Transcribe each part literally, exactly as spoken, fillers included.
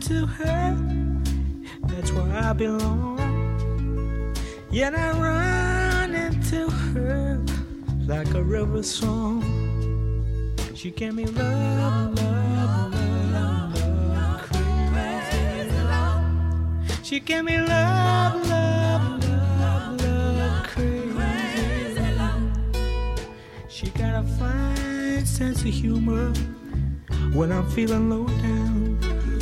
into her. That's where I belong. Yet I run into her like a river song. She gave me love, love, love, love, crazy love. She gave me love, love, love, love, crazy love. She got a fine sense of humor when I'm feeling low down.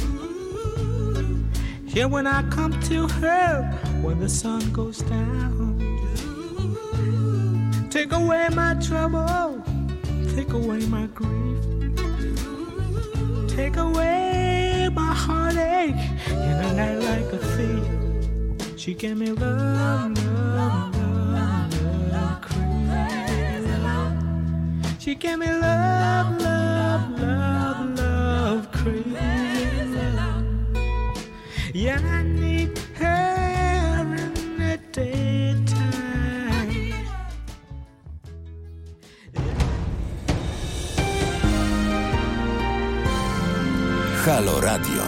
Yeah, when I come to her, when the sun goes down. Take away my trouble, take away my grief, take away my heartache in a night like a thief. She gave me love, love, love, love, crazy love. She gave me love, love, love, love, crazy love. Yeah, I need her in the daytime. Halo Radio.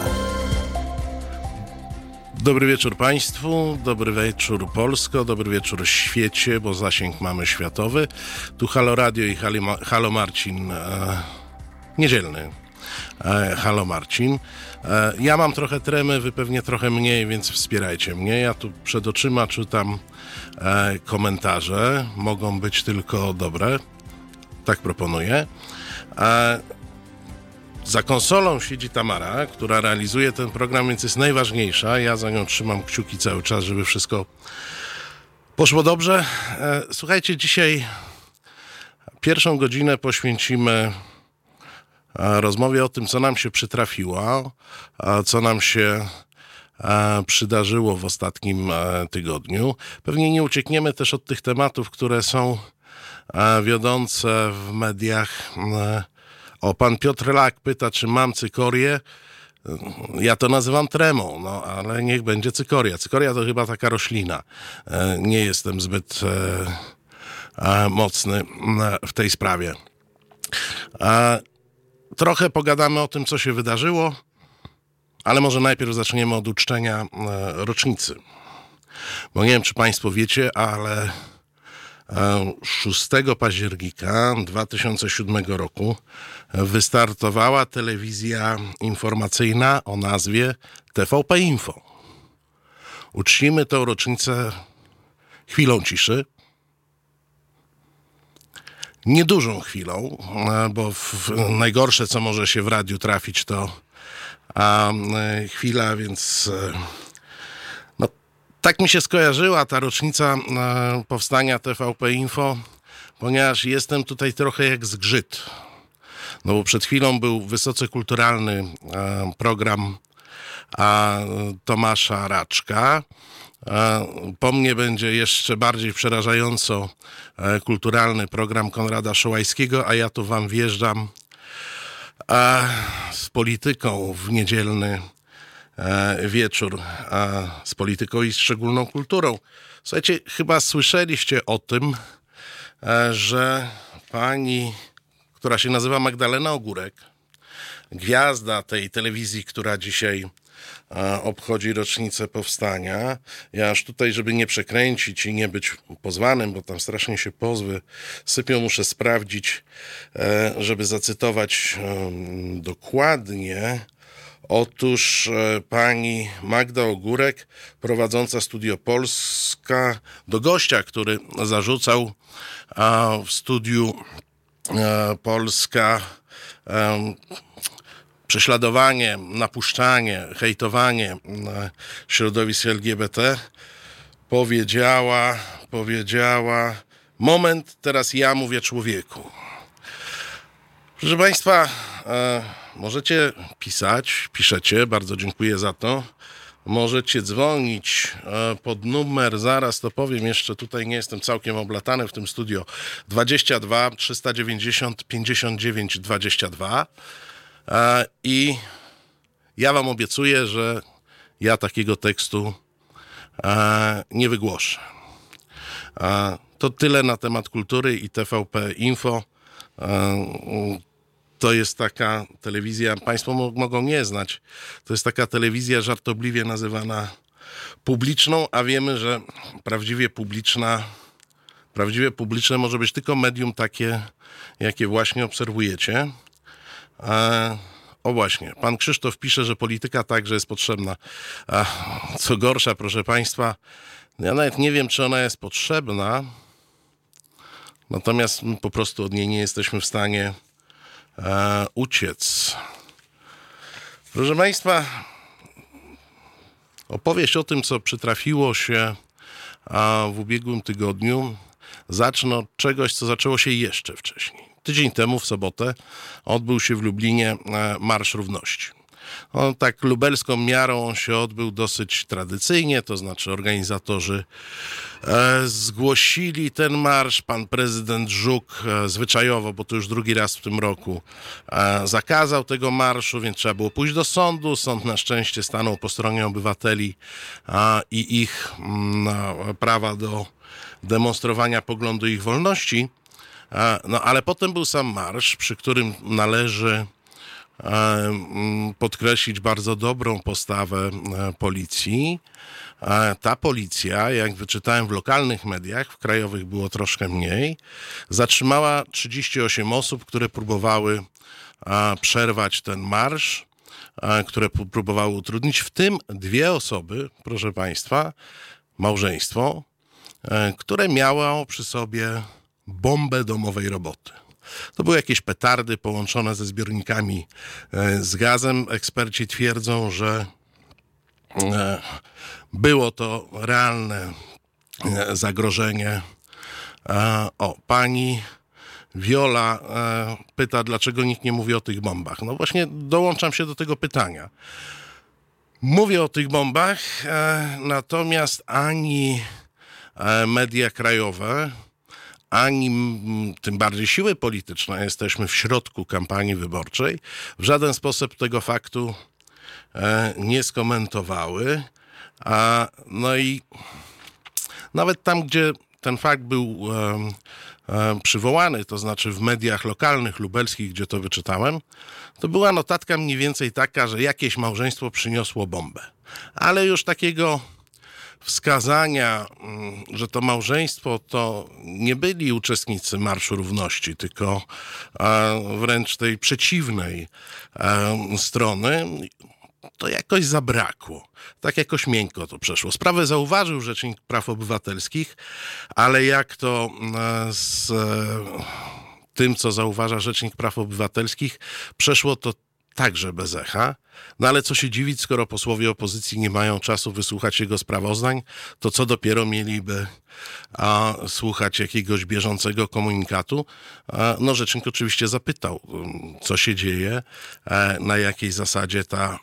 Dobry wieczór Państwu, dobry wieczór Polsko, dobry wieczór świecie, bo zasięg mamy światowy. Tu Halo Radio i Halo, Halo Marcin, e, niedzielny e, Halo Marcin. E, ja mam trochę tremy, wy pewnie trochę mniej, więc wspierajcie mnie. Ja tu przed oczyma czytam e, komentarze, mogą być tylko dobre, tak proponuję. E, Za konsolą siedzi Tamara, która realizuje ten program, więc jest najważniejsza. Ja za nią trzymam kciuki cały czas, żeby wszystko poszło dobrze. Słuchajcie, dzisiaj pierwszą godzinę poświęcimy rozmowie o tym, co nam się przytrafiło, co nam się przydarzyło w ostatnim tygodniu. Pewnie nie uciekniemy też od tych tematów, które są wiodące w mediach. O, pan Piotr Lak pyta, czy mam cykorię. Ja to nazywam tremą, no ale niech będzie cykoria. Cykoria to chyba taka roślina. Nie jestem zbyt e, mocny w tej sprawie. E, trochę pogadamy o tym, co się wydarzyło, ale może najpierw zaczniemy od uczczenia e, rocznicy. Bo nie wiem, czy państwo wiecie, ale szóstego października dwa tysiące siódmego roku wystartowała telewizja informacyjna o nazwie T V P Info. Uczcimy tę rocznicę chwilą ciszy. Niedużą chwilą, bo w, najgorsze, co może się w radiu trafić, to a, chwila, więc no, tak mi się skojarzyła ta rocznica e, powstania T V P Info, ponieważ jestem tutaj trochę jak zgrzyt. No bo przed chwilą był wysoce kulturalny e, program a, Tomasza Raczka. E, po mnie będzie jeszcze bardziej przerażająco e, kulturalny program Konrada Szołajskiego, a ja tu wam wjeżdżam e, z polityką w niedzielny wieczór, a z polityką i szczególną kulturą. Słuchajcie, chyba słyszeliście o tym, że pani, która się nazywa Magdalena Ogórek, gwiazda tej telewizji, która dzisiaj obchodzi rocznicę powstania. Ja aż tutaj, żeby nie przekręcić i nie być pozwanym, bo tam strasznie się pozwy sypią, muszę sprawdzić, żeby zacytować dokładnie. Otóż e, pani Magda Ogórek, prowadząca Studio Polska, do gościa, który zarzucał a, w Studiu e, Polska e, prześladowanie, napuszczanie, hejtowanie e, środowisk L G B T, powiedziała, powiedziała, moment, teraz ja mówię człowieku. Proszę Państwa, e, możecie pisać, piszecie, bardzo dziękuję za to. Możecie dzwonić e, pod numer, zaraz to powiem, jeszcze tutaj nie jestem całkiem oblatany w tym studio, dwadzieścia dwa trzysta dziewięćdziesiąt pięćdziesiąt dziewięć dwadzieścia dwa e, i ja wam obiecuję, że ja takiego tekstu e, nie wygłoszę. E, to tyle na temat kultury i T V P Info. E, to jest taka telewizja, państwo mo- mogą nie znać, to jest taka telewizja żartobliwie nazywana publiczną, a wiemy, że prawdziwie publiczna, prawdziwie publiczne może być tylko medium takie, jakie właśnie obserwujecie. E, o właśnie, pan Krzysztof pisze, że polityka także jest potrzebna. A, co gorsza, proszę państwa, ja nawet nie wiem, czy ona jest potrzebna, natomiast my po prostu od niej nie jesteśmy w stanie e, uciec. Proszę państwa, opowieść o tym, co przytrafiło się a, w ubiegłym tygodniu, zacznę od czegoś, co zaczęło się jeszcze wcześniej. Tydzień temu, w sobotę, odbył się w Lublinie e, Marsz Równości. On tak lubelską miarą on się odbył dosyć tradycyjnie, to znaczy organizatorzy e, zgłosili ten marsz. Pan prezydent Żuk e, zwyczajowo, bo to już drugi raz w tym roku, e, zakazał tego marszu, więc trzeba było pójść do sądu. Sąd na szczęście stanął po stronie obywateli a, i ich m, prawa do demonstrowania poglądu ich wolności. E, no ale potem był sam marsz, przy którym należy podkreślić bardzo dobrą postawę policji. Ta policja, jak wyczytałem w lokalnych mediach, w krajowych było troszkę mniej, zatrzymała trzydzieści osiem osób, które próbowały przerwać ten marsz, które próbowały utrudnić, w tym dwie osoby, proszę państwa, małżeństwo, które miało przy sobie bombę domowej roboty. To były jakieś petardy połączone ze zbiornikami z gazem. Eksperci twierdzą, że było to realne zagrożenie. O, pani Wiola pyta, dlaczego nikt nie mówi o tych bombach. No właśnie dołączam się do tego pytania. Mówię o tych bombach, natomiast ani media krajowe, ani tym bardziej siły polityczne, jesteśmy w środku kampanii wyborczej, w żaden sposób tego faktu e, nie skomentowały. A, no i nawet tam, gdzie ten fakt był e, e, przywołany, to znaczy w mediach lokalnych, lubelskich, gdzie to wyczytałem, to była notatka mniej więcej taka, że jakieś małżeństwo przyniosło bombę. Ale już takiego wskazania, że to małżeństwo to nie byli uczestnicy Marszu Równości, tylko wręcz tej przeciwnej strony, to jakoś zabrakło. Tak jakoś miękko to przeszło. Sprawę zauważył Rzecznik Praw Obywatelskich, ale jak to z tym, co zauważa Rzecznik Praw Obywatelskich, przeszło to także bez echa. No ale co się dziwić, skoro posłowie opozycji nie mają czasu wysłuchać jego sprawozdań, to co dopiero mieliby a, słuchać jakiegoś bieżącego komunikatu. A, no rzecznik oczywiście zapytał, co się dzieje, a, na jakiej zasadzie ta,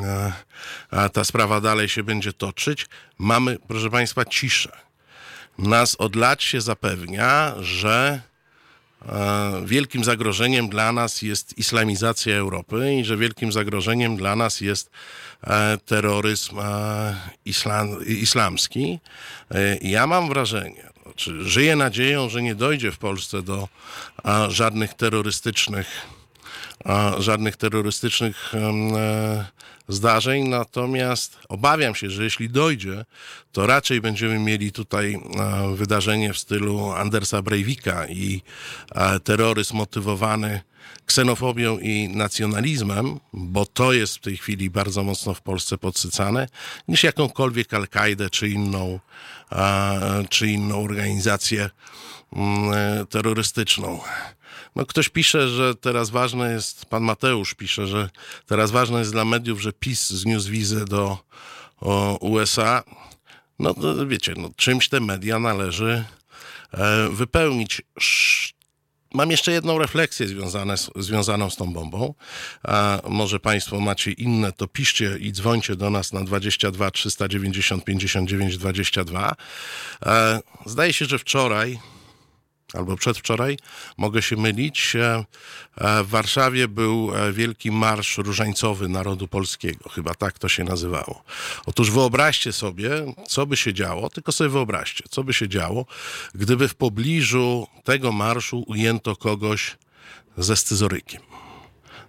a, ta sprawa dalej się będzie toczyć. Mamy, proszę państwa, ciszę. Nas od lat się zapewnia, że wielkim zagrożeniem dla nas jest islamizacja Europy i że wielkim zagrożeniem dla nas jest terroryzm islam, islamski. Ja mam wrażenie, znaczy żyję nadzieją, że nie dojdzie w Polsce do żadnych terrorystycznych żadnych terrorystycznych zdarzeń, natomiast obawiam się, że jeśli dojdzie, to raczej będziemy mieli tutaj wydarzenie w stylu Andersa Breivika i terroryzm motywowany ksenofobią i nacjonalizmem, bo to jest w tej chwili bardzo mocno w Polsce podsycane, niż jakąkolwiek Al-Kaidę czy inną, czy inną organizację terrorystyczną. No ktoś pisze, że teraz ważne jest, pan Mateusz pisze, że teraz ważne jest dla mediów, że PiS zniósł wizę do o, U S A. No to wiecie, no, czymś te media należy e, wypełnić. Sz- Mam jeszcze jedną refleksję związane z, związaną z tą bombą. A może państwo macie inne, to piszcie i dzwońcie do nas na dwadzieścia dwa trzysta dziewięćdziesiąt pięćdziesiąt dziewięć dwadzieścia dwa. E, zdaje się, że wczoraj albo przedwczoraj, mogę się mylić, w Warszawie był wielki marsz różańcowy narodu polskiego, chyba tak to się nazywało. Otóż wyobraźcie sobie, co by się działo, tylko sobie wyobraźcie, co by się działo, gdyby w pobliżu tego marszu ujęto kogoś ze scyzorykiem.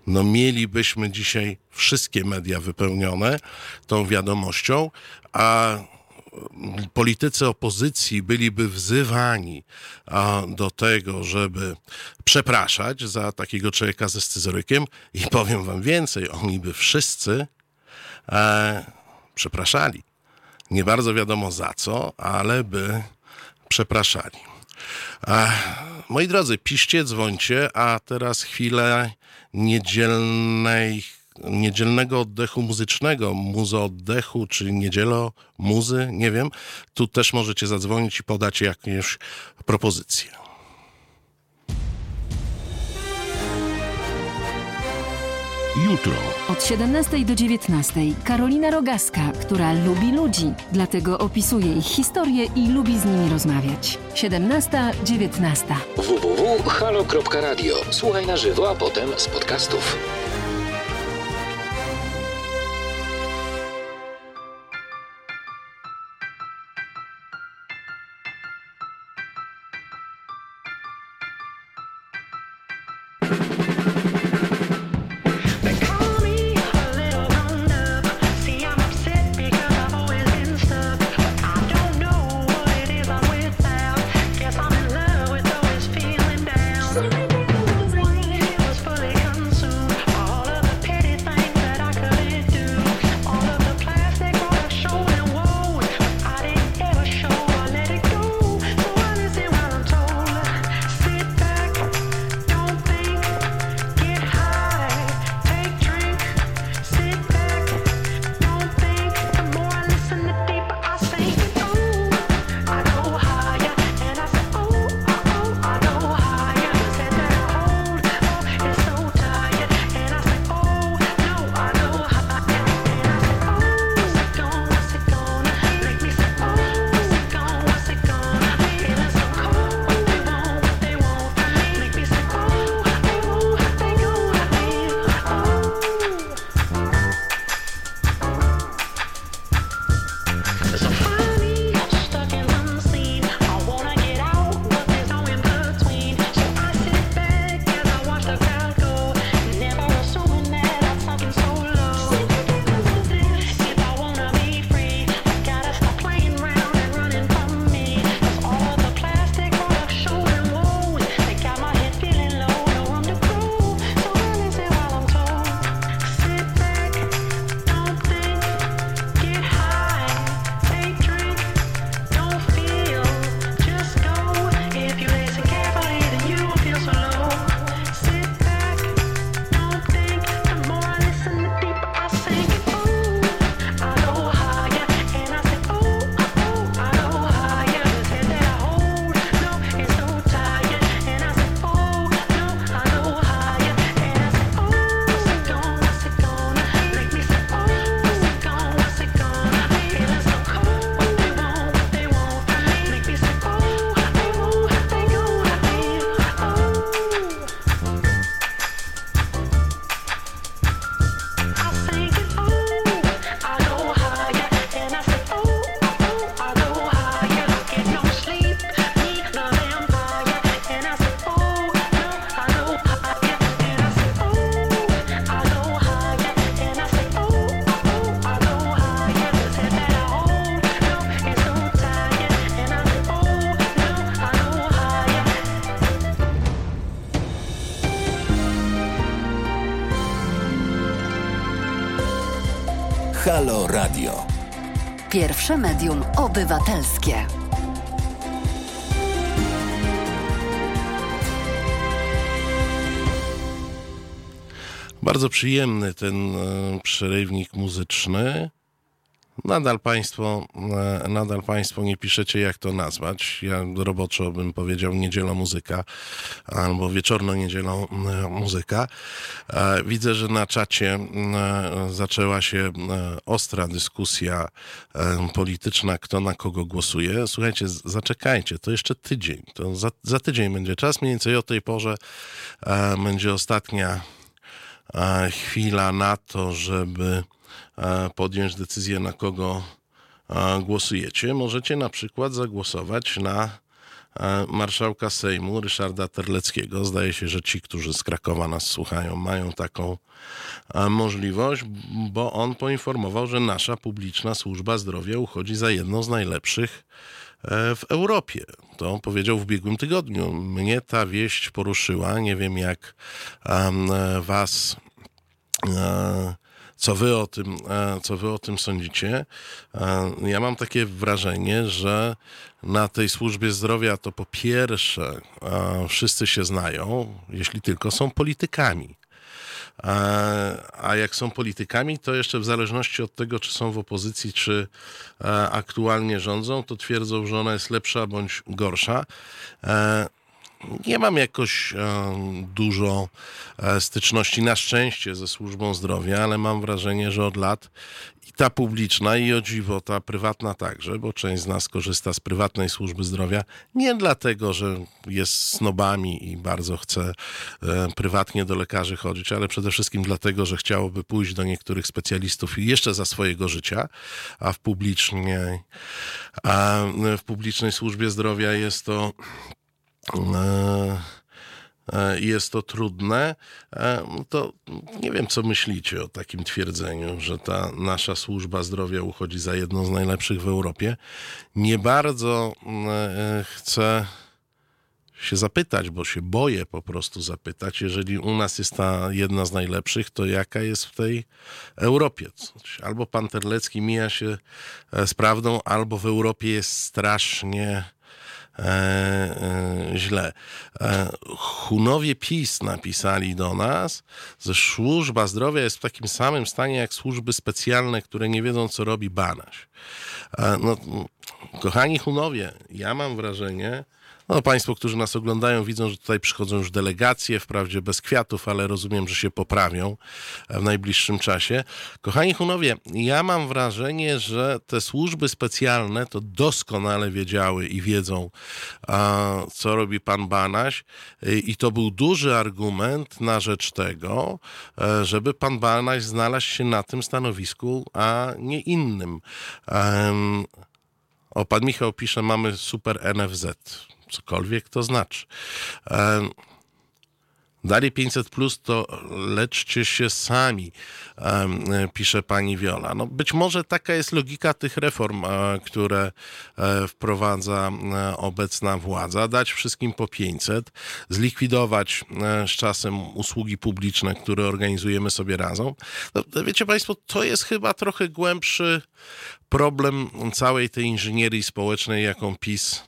no mielibyśmy dzisiaj wszystkie media wypełnione tą wiadomością, a politycy opozycji byliby wzywani a, do tego, żeby przepraszać za takiego człowieka ze scyzorykiem i powiem wam więcej, oni by wszyscy e, przepraszali. Nie bardzo wiadomo za co, ale by przepraszali. E, moi drodzy, piszcie, dzwońcie, a teraz chwilę niedzielnej niedzielnego oddechu muzycznego, muzo oddechu, czy niedzielo muzy, nie wiem. Tu też możecie zadzwonić i podać jakieś propozycje. Jutro. Od siedemnastej do dziewiętnastej Karolina Rogaska, która lubi ludzi, dlatego opisuje ich historię i lubi z nimi rozmawiać. siedemnasta dziewiętnasta. w w w kropka halo kropka radio. Słuchaj na żywo, a potem z podcastów. Halo Radio. Pierwsze medium obywatelskie. Bardzo przyjemny ten e, przerywnik muzyczny. Nadal państwo, e, nadal państwo nie piszecie, jak to nazwać. Ja roboczo bym powiedział niedzielo muzyka albo wieczorno niedzielą e, muzyka. E, widzę, że na czacie e, zaczęła się e, ostra dyskusja e, polityczna, kto na kogo głosuje. Słuchajcie, z, zaczekajcie, to jeszcze tydzień. To za, za tydzień będzie czas, mniej więcej o tej porze e, będzie ostatnia e, chwila na to, żeby podjąć decyzję, na kogo głosujecie. Możecie na przykład zagłosować na marszałka Sejmu Ryszarda Terleckiego. Zdaje się, że ci, którzy z Krakowa nas słuchają, mają taką możliwość, bo on poinformował, że nasza publiczna służba zdrowia uchodzi za jedną z najlepszych w Europie. To powiedział w ubiegłym tygodniu. Mnie ta wieść poruszyła. Nie wiem, jak um, was, e, co wy o tym, e, co wy o tym sądzicie. E, ja mam takie wrażenie, że na tej służbie zdrowia to po pierwsze e, wszyscy się znają, jeśli tylko są politykami. A jak są politykami, to jeszcze w zależności od tego, czy są w opozycji, czy aktualnie rządzą, to twierdzą, że ona jest lepsza bądź gorsza. Nie mam jakoś dużo styczności, na szczęście, ze służbą zdrowia, ale mam wrażenie, że od lat i ta publiczna, i o dziwo ta prywatna także, bo część z nas korzysta z prywatnej służby zdrowia, nie dlatego, że jest snobami i bardzo chce prywatnie do lekarzy chodzić, ale przede wszystkim dlatego, że chciałoby pójść do niektórych specjalistów jeszcze za swojego życia, a w publicznej, a w publicznej służbie zdrowia jest to jest to trudne, to nie wiem, co myślicie o takim twierdzeniu, że ta nasza służba zdrowia uchodzi za jedną z najlepszych w Europie. Nie bardzo chcę się zapytać, bo się boję po prostu zapytać, jeżeli u nas jest ta jedna z najlepszych, to jaka jest w tej Europie? Albo pan Terlecki mija się z prawdą, albo w Europie jest strasznie E, e, źle. E, Hunowie PiS napisali do nas, że służba zdrowia jest w takim samym stanie jak służby specjalne, które nie wiedzą, co robi Banaś. E, no, kochani Hunowie, ja mam wrażenie, no państwo, którzy nas oglądają, widzą, że tutaj przychodzą już delegacje, wprawdzie bez kwiatów, ale rozumiem, że się poprawią w najbliższym czasie. Kochani Hunowie, ja mam wrażenie, że te służby specjalne to doskonale wiedziały i wiedzą, a, co robi pan Banaś, i to był duży argument na rzecz tego, żeby pan Banaś znalazł się na tym stanowisku, a nie innym. Um, o, pan Michał pisze, mamy super N F Z. Cokolwiek to znaczy. E, Dali pięćset plus, to leczcie się sami, e, pisze pani Wiola. No być może taka jest logika tych reform, e, które e, wprowadza e, obecna władza. Dać wszystkim po pięćset, zlikwidować e, z czasem usługi publiczne, które organizujemy sobie razem. No, wiecie państwo, to jest chyba trochę głębszy problem całej tej inżynierii społecznej, jaką PiS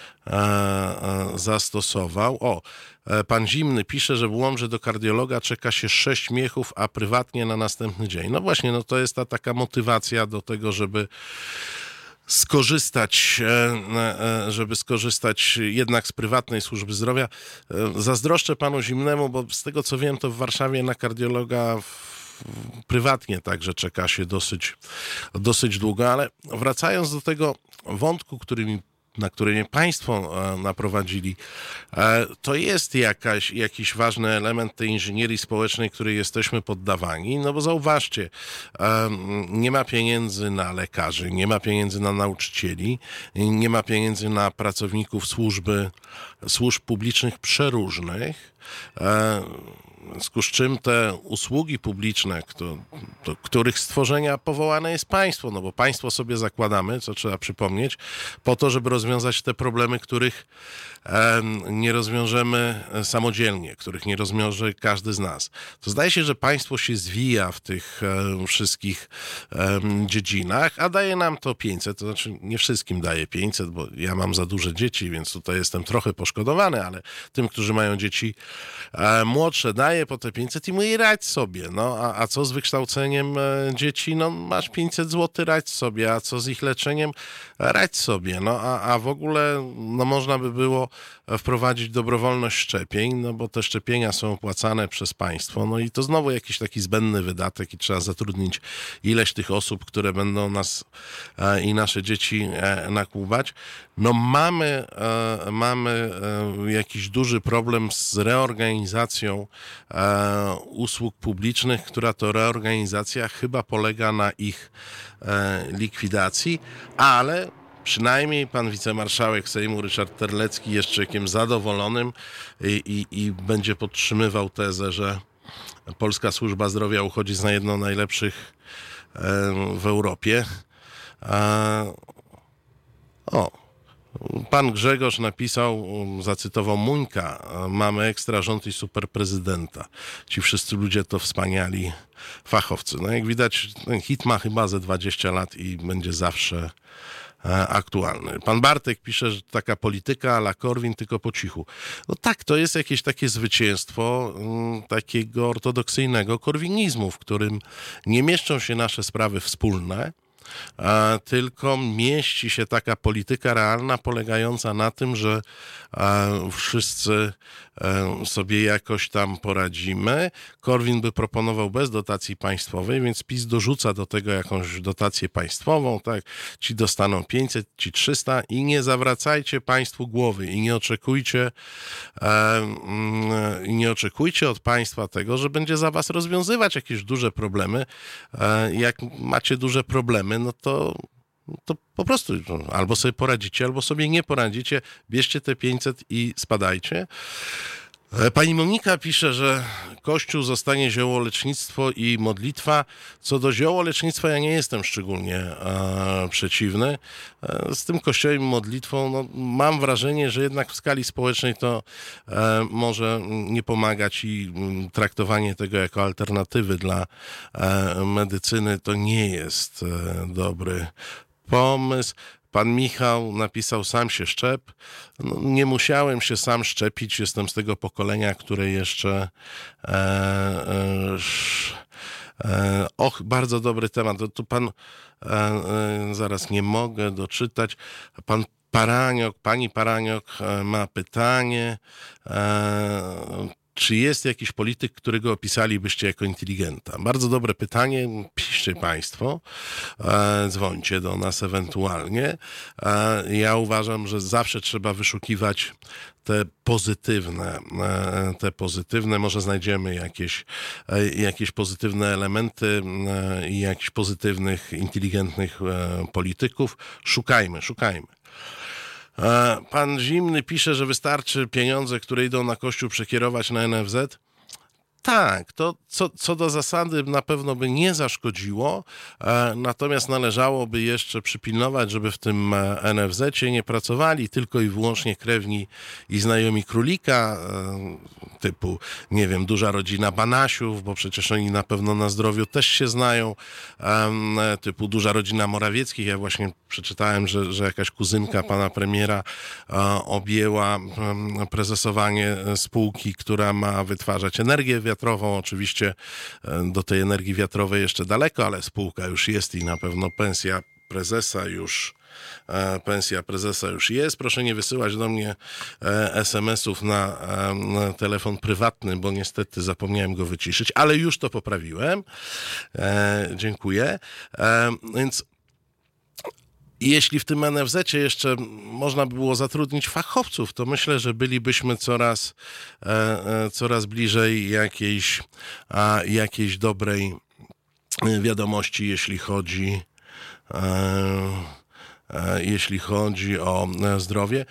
zastosował. O, pan Zimny pisze, że w Łomży do kardiologa czeka się sześć miechów, a prywatnie na następny dzień. No właśnie, no to jest ta taka motywacja do tego, żeby skorzystać, żeby skorzystać jednak z prywatnej służby zdrowia. Zazdroszczę panu Zimnemu, bo z tego co wiem, to w Warszawie na kardiologa prywatnie także czeka się dosyć, dosyć długo, ale wracając do tego wątku, który mi na który mnie państwo naprowadzili, to jest jakaś, jakiś ważny element tej inżynierii społecznej, której jesteśmy poddawani, no bo zauważcie, nie ma pieniędzy na lekarzy, nie ma pieniędzy na nauczycieli, nie ma pieniędzy na pracowników służby, służb publicznych przeróżnych, w związku z czym te usługi publiczne, kto, do których stworzenia powołane jest państwo, no bo państwo sobie zakładamy, co trzeba przypomnieć, po to, żeby rozwiązać te problemy, których e, nie rozwiążemy samodzielnie, których nie rozwiąże każdy z nas. To zdaje się, że państwo się zwija w tych e, wszystkich e, dziedzinach, a daje nam to pięćset, to znaczy nie wszystkim daje pięćset, bo ja mam za duże dzieci, więc tutaj jestem trochę poszkodowany, ale tym, którzy mają dzieci e, młodsze, daje po te pięćset i mówi, radź sobie. No, a, a co z wykształceniem e, dzieci? No, masz pięćset złotych, radź sobie. A co z ich leczeniem? Radź sobie. No, a, a w ogóle no, można by było wprowadzić dobrowolność szczepień, no bo te szczepienia są opłacane przez państwo. No i to znowu jakiś taki zbędny wydatek i trzeba zatrudnić ileś tych osób, które będą nas e, i nasze dzieci e, nakłuwać. No mamy, e, mamy e, jakiś duży problem z reorganizacją e, usług publicznych, która to reorganizacja chyba polega na ich e, likwidacji, ale przynajmniej pan wicemarszałek Sejmu Ryszard Terlecki jest człowiekiem zadowolonym i, i, i będzie podtrzymywał tezę, że polska służba zdrowia uchodzi za jedną z najlepszych w Europie. O, pan Grzegorz napisał, zacytował Muńka, mamy ekstra rząd i super prezydenta. Ci wszyscy ludzie to wspaniali fachowcy. No jak widać, ten hit ma chyba ze dwadzieścia lat i będzie zawsze aktualny. Pan Bartek pisze, że taka polityka a la Korwin, tylko po cichu. No tak, to jest jakieś takie zwycięstwo m, takiego ortodoksyjnego korwinizmu, w którym nie mieszczą się nasze sprawy wspólne, a tylko mieści się taka polityka realna polegająca na tym, że a, wszyscy a, sobie jakoś tam poradzimy. Korwin by proponował bez dotacji państwowej, więc PiS dorzuca do tego jakąś dotację państwową, tak? Ci dostaną pięćset, ci trzysta i nie zawracajcie państwu głowy i nie oczekujcie a, mm, i nie oczekujcie od państwa tego, że będzie za was rozwiązywać jakieś duże problemy. A, jak macie duże problemy, no to, to po prostu albo sobie poradzicie, albo sobie nie poradzicie. Bierzcie te pięćset i spadajcie. Pani Monika pisze, że Kościół zostanie ziołolecznictwo i modlitwa. Co do ziołolecznictwa ja nie jestem szczególnie e, przeciwny. E, z tym Kościołem i modlitwą no, mam wrażenie, że jednak w skali społecznej to e, może nie pomagać i m, traktowanie tego jako alternatywy dla e, medycyny to nie jest e, dobry pomysł. Pan Michał napisał, sam się szczep. No, nie musiałem się sam szczepić. Jestem z tego pokolenia, które jeszcze... E, e, e, och, bardzo dobry temat. Tu pan... E, e, zaraz nie mogę doczytać. Pan Paraniok, pani Paraniok e, ma pytanie. E, Czy jest jakiś polityk, którego opisalibyście jako inteligenta? Bardzo dobre pytanie. Piszcie państwo. E, dzwońcie do nas ewentualnie. E, ja uważam, że zawsze trzeba wyszukiwać te pozytywne, e, te pozytywne, może znajdziemy jakieś, e, jakieś pozytywne elementy e, i jakichś pozytywnych, inteligentnych e, polityków. Szukajmy, szukajmy. Pan Zimny pisze, że wystarczy pieniądze, które idą na Kościół, przekierować na N F Z. Tak, to co, co do zasady na pewno by nie zaszkodziło, e, natomiast należałoby jeszcze przypilnować, żeby w tym N F Z-cie nie pracowali tylko i wyłącznie krewni i znajomi królika, e, typu, nie wiem, duża rodzina Banasiów, bo przecież oni na pewno na zdrowiu też się znają, e, typu duża rodzina Morawieckich. Ja właśnie przeczytałem, że, że jakaś kuzynka pana premiera e, objęła e, prezesowanie spółki, która ma wytwarzać energię wiatrową. Oczywiście do tej energii wiatrowej jeszcze daleko, ale spółka już jest i na pewno pensja prezesa już pensja prezesa już jest. Proszę nie wysyłać do mnie es em esów na, na telefon prywatny, bo niestety zapomniałem go wyciszyć, ale już to poprawiłem. E, dziękuję. E, więc jeśli w tym N F Z-cie jeszcze można by było zatrudnić fachowców, to myślę, że bylibyśmy coraz, e, e, coraz bliżej jakiejś, a, jakiejś dobrej wiadomości, jeśli chodzi, e, e, jeśli chodzi o zdrowie.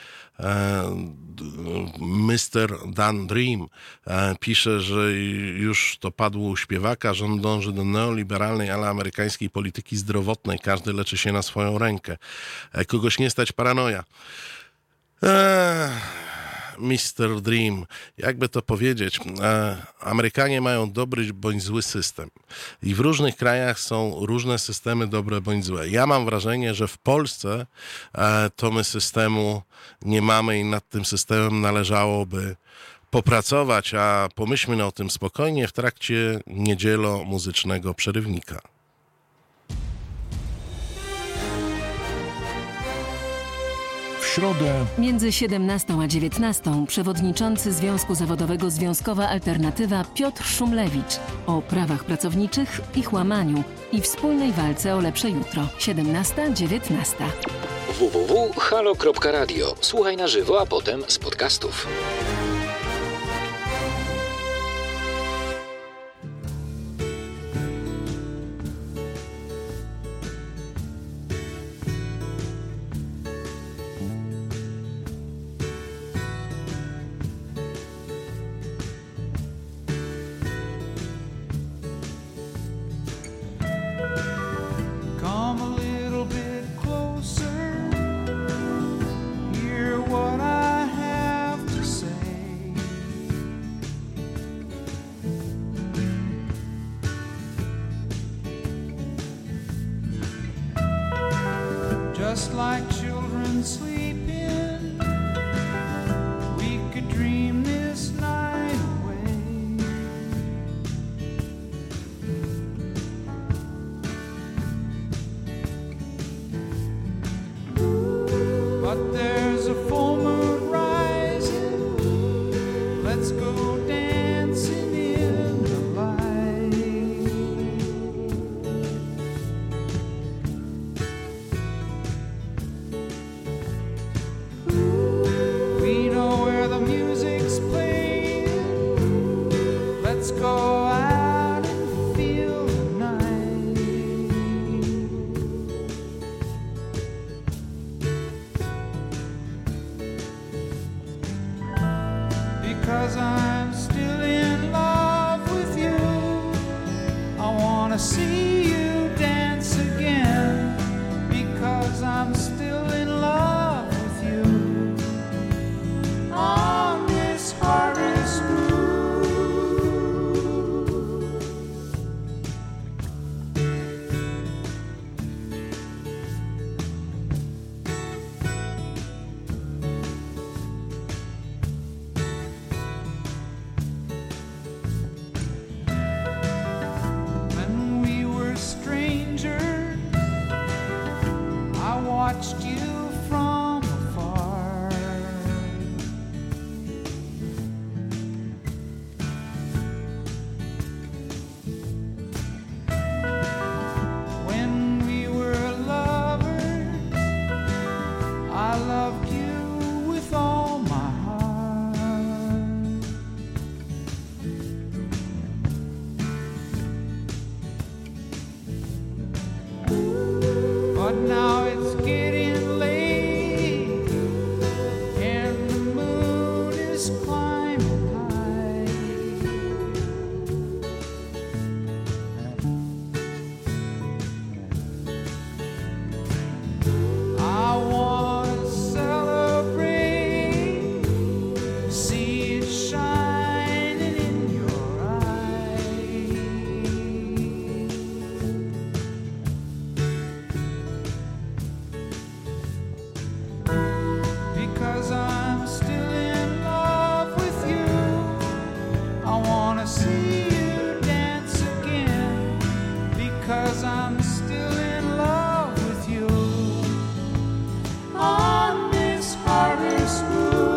mister Dan Dream pisze, że już to padło u śpiewaka, że on dąży do neoliberalnej, ale amerykańskiej polityki zdrowotnej. Każdy leczy się na swoją rękę. Kogoś nie stać, paranoja. Eee, mister Dream, jakby to powiedzieć, e, Amerykanie mają dobry bądź zły system i w różnych krajach są różne systemy dobre bądź złe. Ja mam wrażenie, że w Polsce e, to my systemu nie mamy i nad tym systemem należałoby popracować, a pomyślmy o tym spokojnie w trakcie niedzielo-muzycznego przerywnika. W środę Między siedemnastą a dziewiętnastą przewodniczący Związku Zawodowego Związkowa Alternatywa Piotr Szumlewicz o prawach pracowniczych, ich łamaniu i wspólnej walce o lepsze jutro. siedemnasta dziewiętnasta. w w w kropka halo kropka radio. Słuchaj na żywo, a potem z podcastów. just like children sleeping, we could dream this night away. But there's a full moon rising, let's go dancing in the light. We know where the music's playing, let's go out and feel the night. Because I'm still in love with you, I wanna see you dance again. Because I'm still in love with you, on this harvest moon. When we were strangers, I watched you from afar. When we were lovers, I loved you with all my heart. But now it's getting late, and the moon is climbing high. I want to celebrate, see it shining in your eyes. Because I'm still in love with you, I wanna see you dance again. Because I'm still in love with you, on this harvest moon.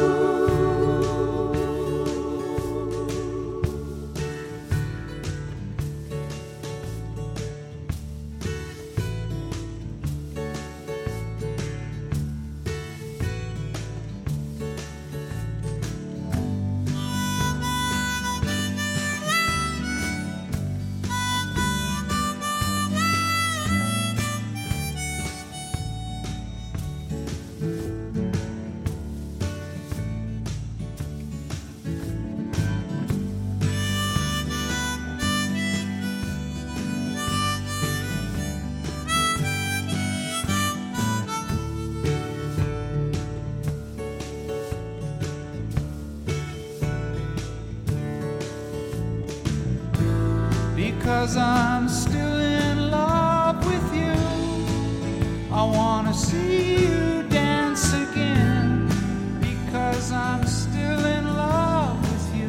Because I'm still in love with you, I wanna see you dance again. Because I'm still in love with you,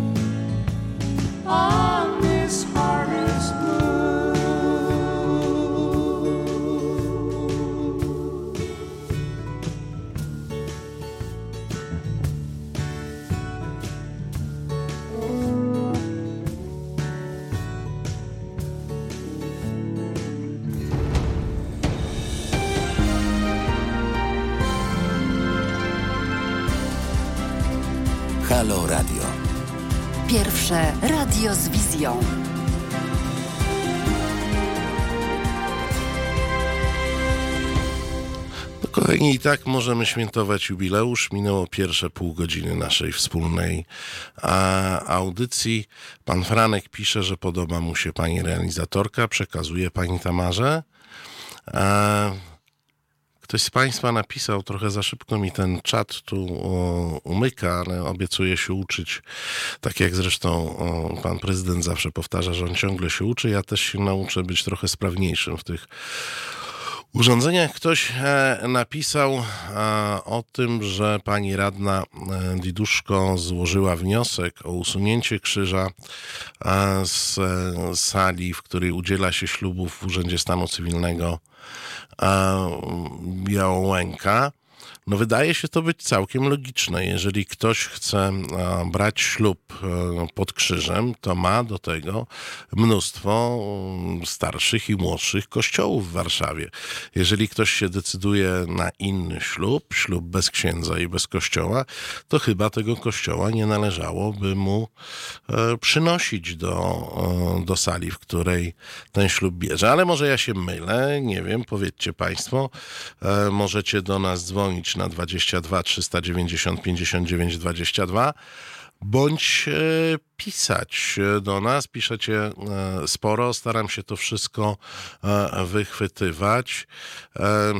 on this harvest moon. Halo Radio. Pierwsze radio z wizją. No, kochani, i tak możemy świętować jubileusz. Minęło pierwsze pół godziny naszej wspólnej a, audycji. Pan Franek pisze, że podoba mu się pani realizatorka. Przekazuje pani Tamarze. A, ktoś z państwa napisał, trochę za szybko mi ten czat tu o, umyka, ale obiecuję się uczyć, tak jak zresztą o, pan prezydent zawsze powtarza, że on ciągle się uczy. Ja też się nauczę być trochę sprawniejszym w tych urządzeniach. Ktoś napisał o tym, że pani radna Diduszko złożyła wniosek o usunięcie krzyża z sali, w której udziela się ślubów w Urzędzie Stanu Cywilnego Białołęka. No wydaje się to być całkiem logiczne. Jeżeli ktoś chce a, brać ślub a, pod krzyżem, to ma do tego mnóstwo um, starszych i młodszych kościołów w Warszawie. Jeżeli ktoś się decyduje na inny ślub, ślub bez księdza i bez kościoła, to chyba tego kościoła nie należałoby mu e, przynosić do, e, do sali, w której ten ślub bierze. Ale może ja się mylę, nie wiem, powiedzcie państwo. E, możecie do nas dzwonić na dwadzieścia dwa trzysta dziewięćdziesiąt pięćdziesiąt dziewięć dwadzieścia dwa bądź e, pisać do nas. Piszecie e, sporo, staram się to wszystko e, wychwytywać e,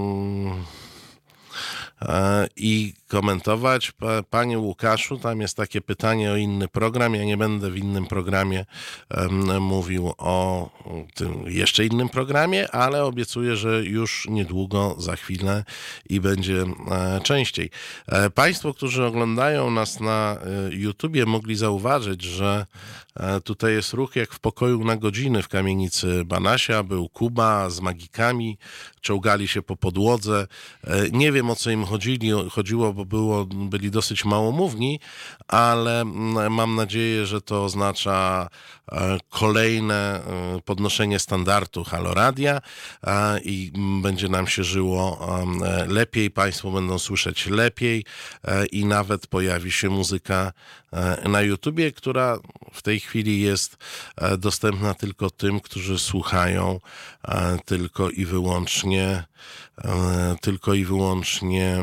e, i komentować. Panie Łukaszu, tam jest takie pytanie o inny program. Ja nie będę w innym programie um, mówił o tym jeszcze innym programie, ale obiecuję, że już niedługo, za chwilę i będzie e, częściej. E, państwo, którzy oglądają nas na e, YouTubie, mogli zauważyć, że e, tutaj jest ruch jak w pokoju na godziny w kamienicy Banasia. Był Kuba z magikami, czołgali się po podłodze. E, nie wiem, o co im chodzili, chodziło, bo było, byli dosyć małomówni, ale mam nadzieję, że to oznacza kolejne podnoszenie standardu Halo Radia i będzie nam się żyło lepiej, państwo będą słyszeć lepiej i nawet pojawi się muzyka na YouTubie, która w tej chwili jest dostępna tylko tym, którzy słuchają tylko i wyłącznie tylko i wyłącznie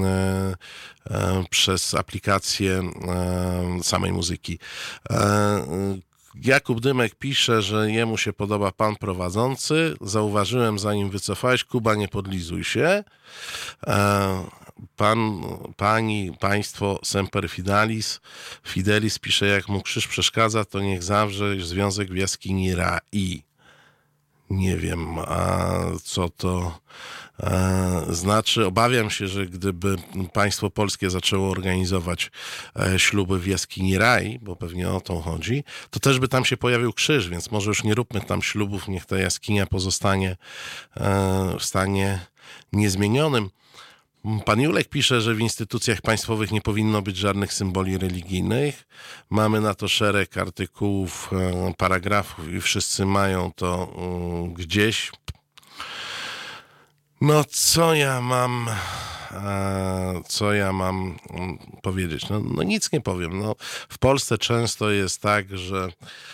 przez aplikację samej muzyki. Jakub Dymek pisze, że jemu się podoba pan prowadzący. Zauważyłem, zanim wycofałeś, Kuba, nie podlizuj się. Pan, pani, państwo Semper Fidelis, Fidelis pisze, jak mu krzyż przeszkadza, to niech zawrze związek w jaskini Rai. Nie wiem, a co to e, znaczy. Obawiam się, że gdyby państwo polskie zaczęło organizować e, śluby w jaskini Rai, bo pewnie o to chodzi, to też by tam się pojawił krzyż, więc może już nie róbmy tam ślubów, niech ta jaskinia pozostanie e, w stanie niezmienionym. Pan Julek pisze, że w instytucjach państwowych nie powinno być żadnych symboli religijnych. Mamy na to szereg artykułów, paragrafów i wszyscy mają to gdzieś. No co ja mam, co ja mam powiedzieć? No, no nic nie powiem. No, w Polsce często jest tak, że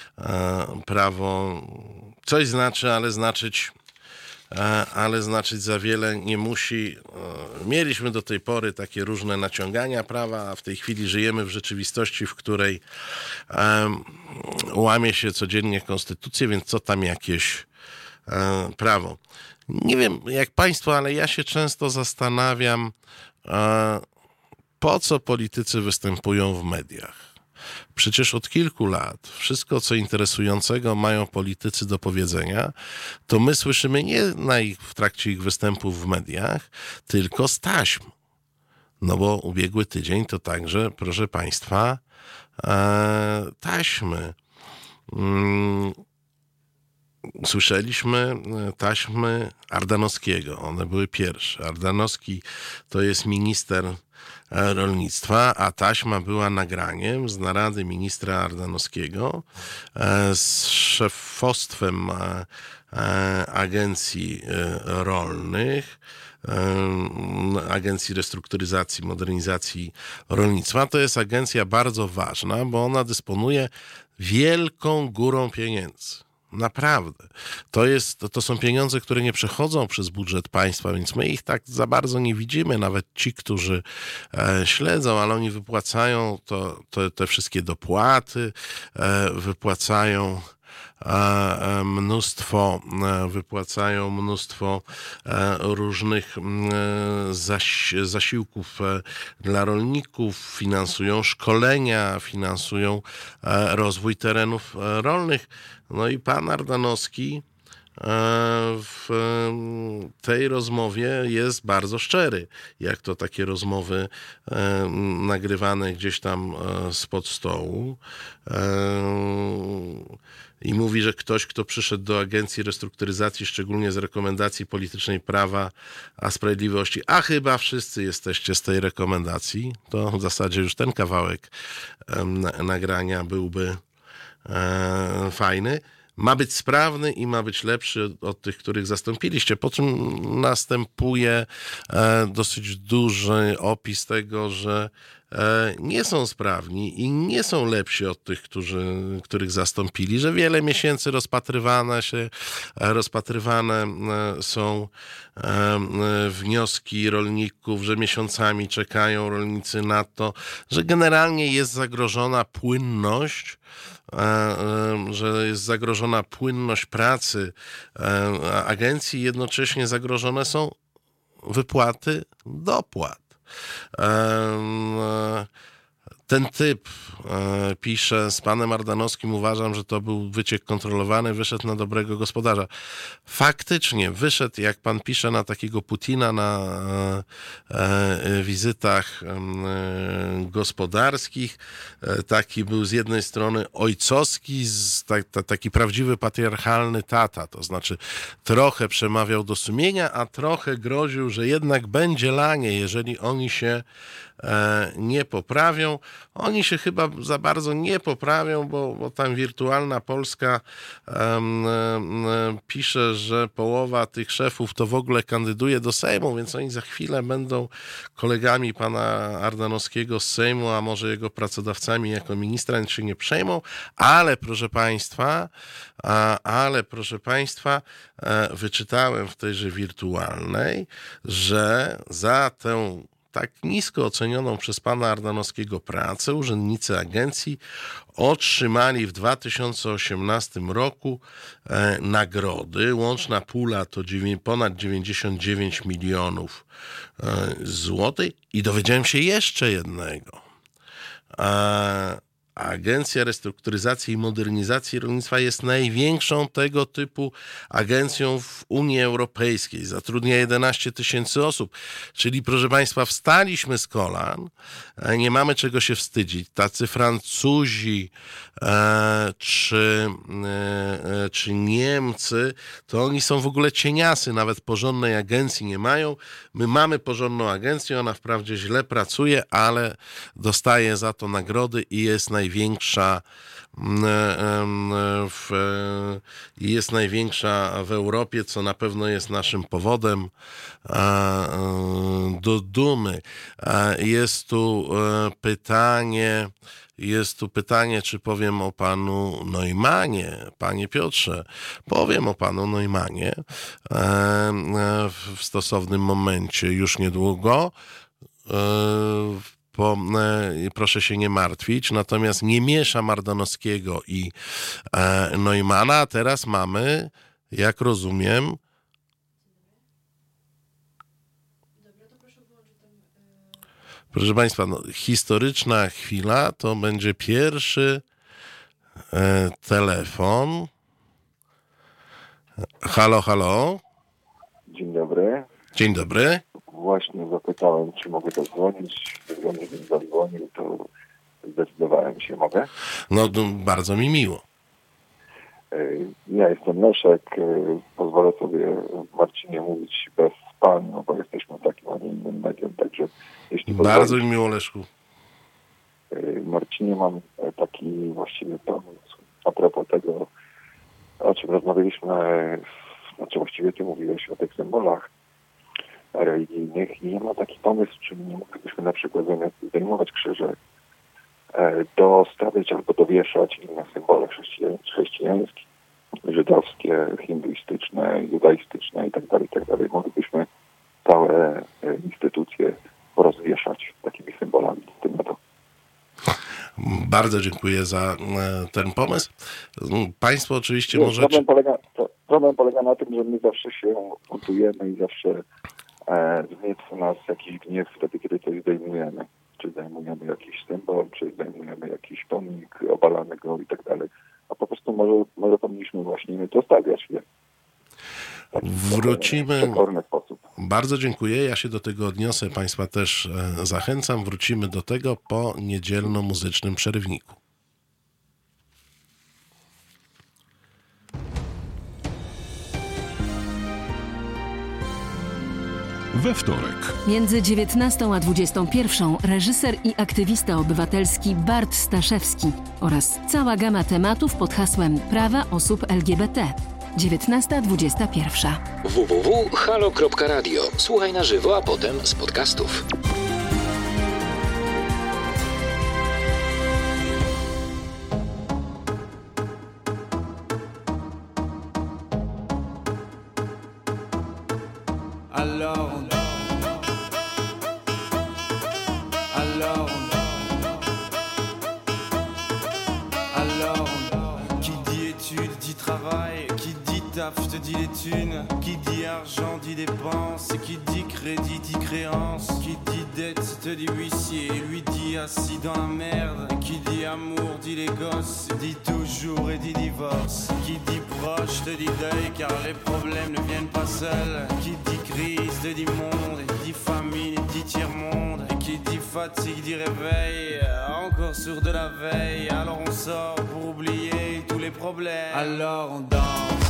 prawo coś znaczy, ale znaczyć ale znaczyć za wiele nie musi. Mieliśmy do tej pory takie różne naciągania prawa, a w tej chwili żyjemy w rzeczywistości, w której um, łamie się codziennie konstytucję, więc co tam jakieś um, prawo. Nie wiem jak państwo, ale ja się często zastanawiam, um, po co politycy występują w mediach. Przecież od kilku lat wszystko, co interesującego mają politycy do powiedzenia, to my słyszymy nie na ich, w trakcie ich występów w mediach, tylko z taśm. No bo ubiegły tydzień to także, proszę państwa, e, taśmy. Mm, słyszeliśmy taśmy Ardanowskiego. One były pierwsze. Ardanowski to jest minister rolnictwa, a taśma była nagraniem z narady ministra Ardanowskiego z szefostwem agencji rolnych, Agencji Restrukturyzacji, Modernizacji Rolnictwa. To jest agencja bardzo ważna, bo ona dysponuje wielką górą pieniędzy. Naprawdę. To, jest, to, to są pieniądze, które nie przechodzą przez budżet państwa, więc my ich tak za bardzo nie widzimy, nawet ci, którzy e, śledzą, ale oni wypłacają to, to, te wszystkie dopłaty, e, wypłacają e, mnóstwo, e, wypłacają mnóstwo e, różnych e, zaś, zasiłków e, dla rolników, finansują szkolenia, finansują e, rozwój terenów e, rolnych. No i pan Ardanowski w tej rozmowie jest bardzo szczery, jak to takie rozmowy e, nagrywane gdzieś tam e, spod stołu. E, I mówi, że ktoś, kto przyszedł do Agencji Restrukturyzacji, szczególnie z rekomendacji politycznej Prawa a Sprawiedliwości, a chyba wszyscy jesteście z tej rekomendacji, to w zasadzie już ten kawałek e, nagrania byłby e, fajny. Ma być sprawny i ma być lepszy od tych, których zastąpiliście. Po czym następuje e, dosyć duży opis tego, że e, nie są sprawni i nie są lepsi od tych, którzy, których zastąpili, że wiele miesięcy rozpatrywane się, rozpatrywane e, są e, wnioski rolników, że miesiącami czekają rolnicy na to, że generalnie jest zagrożona płynność, że jest zagrożona płynność pracy agencji, jednocześnie zagrożone są wypłaty dopłat. Ten typ e, pisze, z panem Ardanowskim uważam, że to był wyciek kontrolowany, wyszedł na dobrego gospodarza. Faktycznie wyszedł, jak pan pisze, na takiego Putina na e, e, wizytach e, gospodarskich. E, taki był z jednej strony ojcowski, z, ta, ta, taki prawdziwy patriarchalny tata, to znaczy trochę przemawiał do sumienia, a trochę groził, że jednak będzie lanie, jeżeli oni się nie poprawią. Oni się chyba za bardzo nie poprawią, bo, bo tam Wirtualna Polska um, um, pisze, że połowa tych szefów to w ogóle kandyduje do Sejmu, więc oni za chwilę będą kolegami pana Ardanowskiego z Sejmu, a może jego pracodawcami jako ministra, nic się nie przejmą, ale proszę państwa, a, ale proszę państwa, e, wyczytałem w tejże Wirtualnej, że za tę tak nisko ocenioną przez pana Ardanowskiego pracę urzędnicy agencji otrzymali w dwa tysiące osiemnastym roku e, nagrody. Łączna pula to dziewię- ponad dziewięćdziesiąt dziewięć milionów e, złotych. I dowiedziałem się jeszcze jednego. E, Agencja Restrukturyzacji i Modernizacji Rolnictwa jest największą tego typu agencją w Unii Europejskiej. Zatrudnia jedenaście tysięcy osób. Czyli, proszę państwa, wstaliśmy z kolan. Nie mamy czego się wstydzić. Tacy Francuzi e, czy, e, czy Niemcy, to oni są w ogóle cieniasy. Nawet porządnej agencji nie mają. My mamy porządną agencję. Ona wprawdzie źle pracuje, ale dostaje za to nagrody i jest największa Największa w, jest największa w Europie, co na pewno jest naszym powodem do dumy. Jest tu pytanie, jest tu pytanie, czy powiem o panu Neumanie. Panie Piotrze, powiem o panu Neumanie w stosownym momencie, już niedługo. Bo, e, proszę się nie martwić, natomiast nie mieszam Ardanowskiego i e, Neumana, a teraz mamy, jak rozumiem, proszę państwa, no, historyczna chwila, to będzie pierwszy e, telefon. Halo, halo. Dzień dobry. Dzień dobry. Właśnie zapytałem, czy mogę zadzwonić. Gdybym nie zadzwonił, to zdecydowałem się. Mogę? No, no bardzo mi miło. Ja jestem Leszek. Pozwolę sobie, Marcinie, mówić bez pan, no bo jesteśmy takim, a nie innym medium, także jeśli bardzo mi miło, Leszku. Marcinie, mam taki właściwie pomysł a propos tego, o czym rozmawialiśmy, znaczy właściwie ty mówiłeś o tych symbolach religijnych i mam taki pomysł, czy nie moglibyśmy na przykład zamiast zdejmować krzyże, dostawiać albo dowieszać inne symbole chrześcijańskie, żydowskie, hinduistyczne, judaistyczne itd., itd. Moglibyśmy całe instytucje rozwieszać takimi symbolami. Bardzo dziękuję za ten pomysł. Państwo oczywiście Nie, możecie... Problem polega, problem polega na tym, że my zawsze się buntujemy i zawsze e, wznieca nas jakiś gniew wtedy, kiedy coś zdejmujemy. Czy zdejmujemy jakiś symbol, czy zdejmujemy jakiś pomnik, obalamy go i tak dalej. A po prostu może, może powinniśmy właśnie zostawiać je. Wrócimy. przekorny sposób. Bardzo dziękuję. Ja się do tego odniosę. Państwa też e, zachęcam. Wrócimy do tego po niedzielno-muzycznym przerywniku. We wtorek. Między dziewiętnastą a dwudziestą pierwszą reżyser i aktywista obywatelski Bart Staszewski oraz cała gama tematów pod hasłem Prawa osób L G B T. dziewiętnasta dwudziesta pierwsza. w w w kropka halo kropka radio. Słuchaj na żywo, a potem z podcastów. Alors on Alors on Alors on Qui dit études dit travail, qui dit taf te dit les thunes, qui dit argent dit dépenses, qui dit crédit dit créance, qui dit dette te dit huissier, lui dit assis dans la merde, qui dit amour dit les gosses, dit toujours et dit divorce, qui dit proche te dit deuil car les problèmes ne viennent pas seuls, qui dit crise te dit monde, et dit famine et dit tiers-monde, et qui dit fatigue dit réveil, encore sourd de la veille, alors on sort pour oublier tous les problèmes, alors on danse,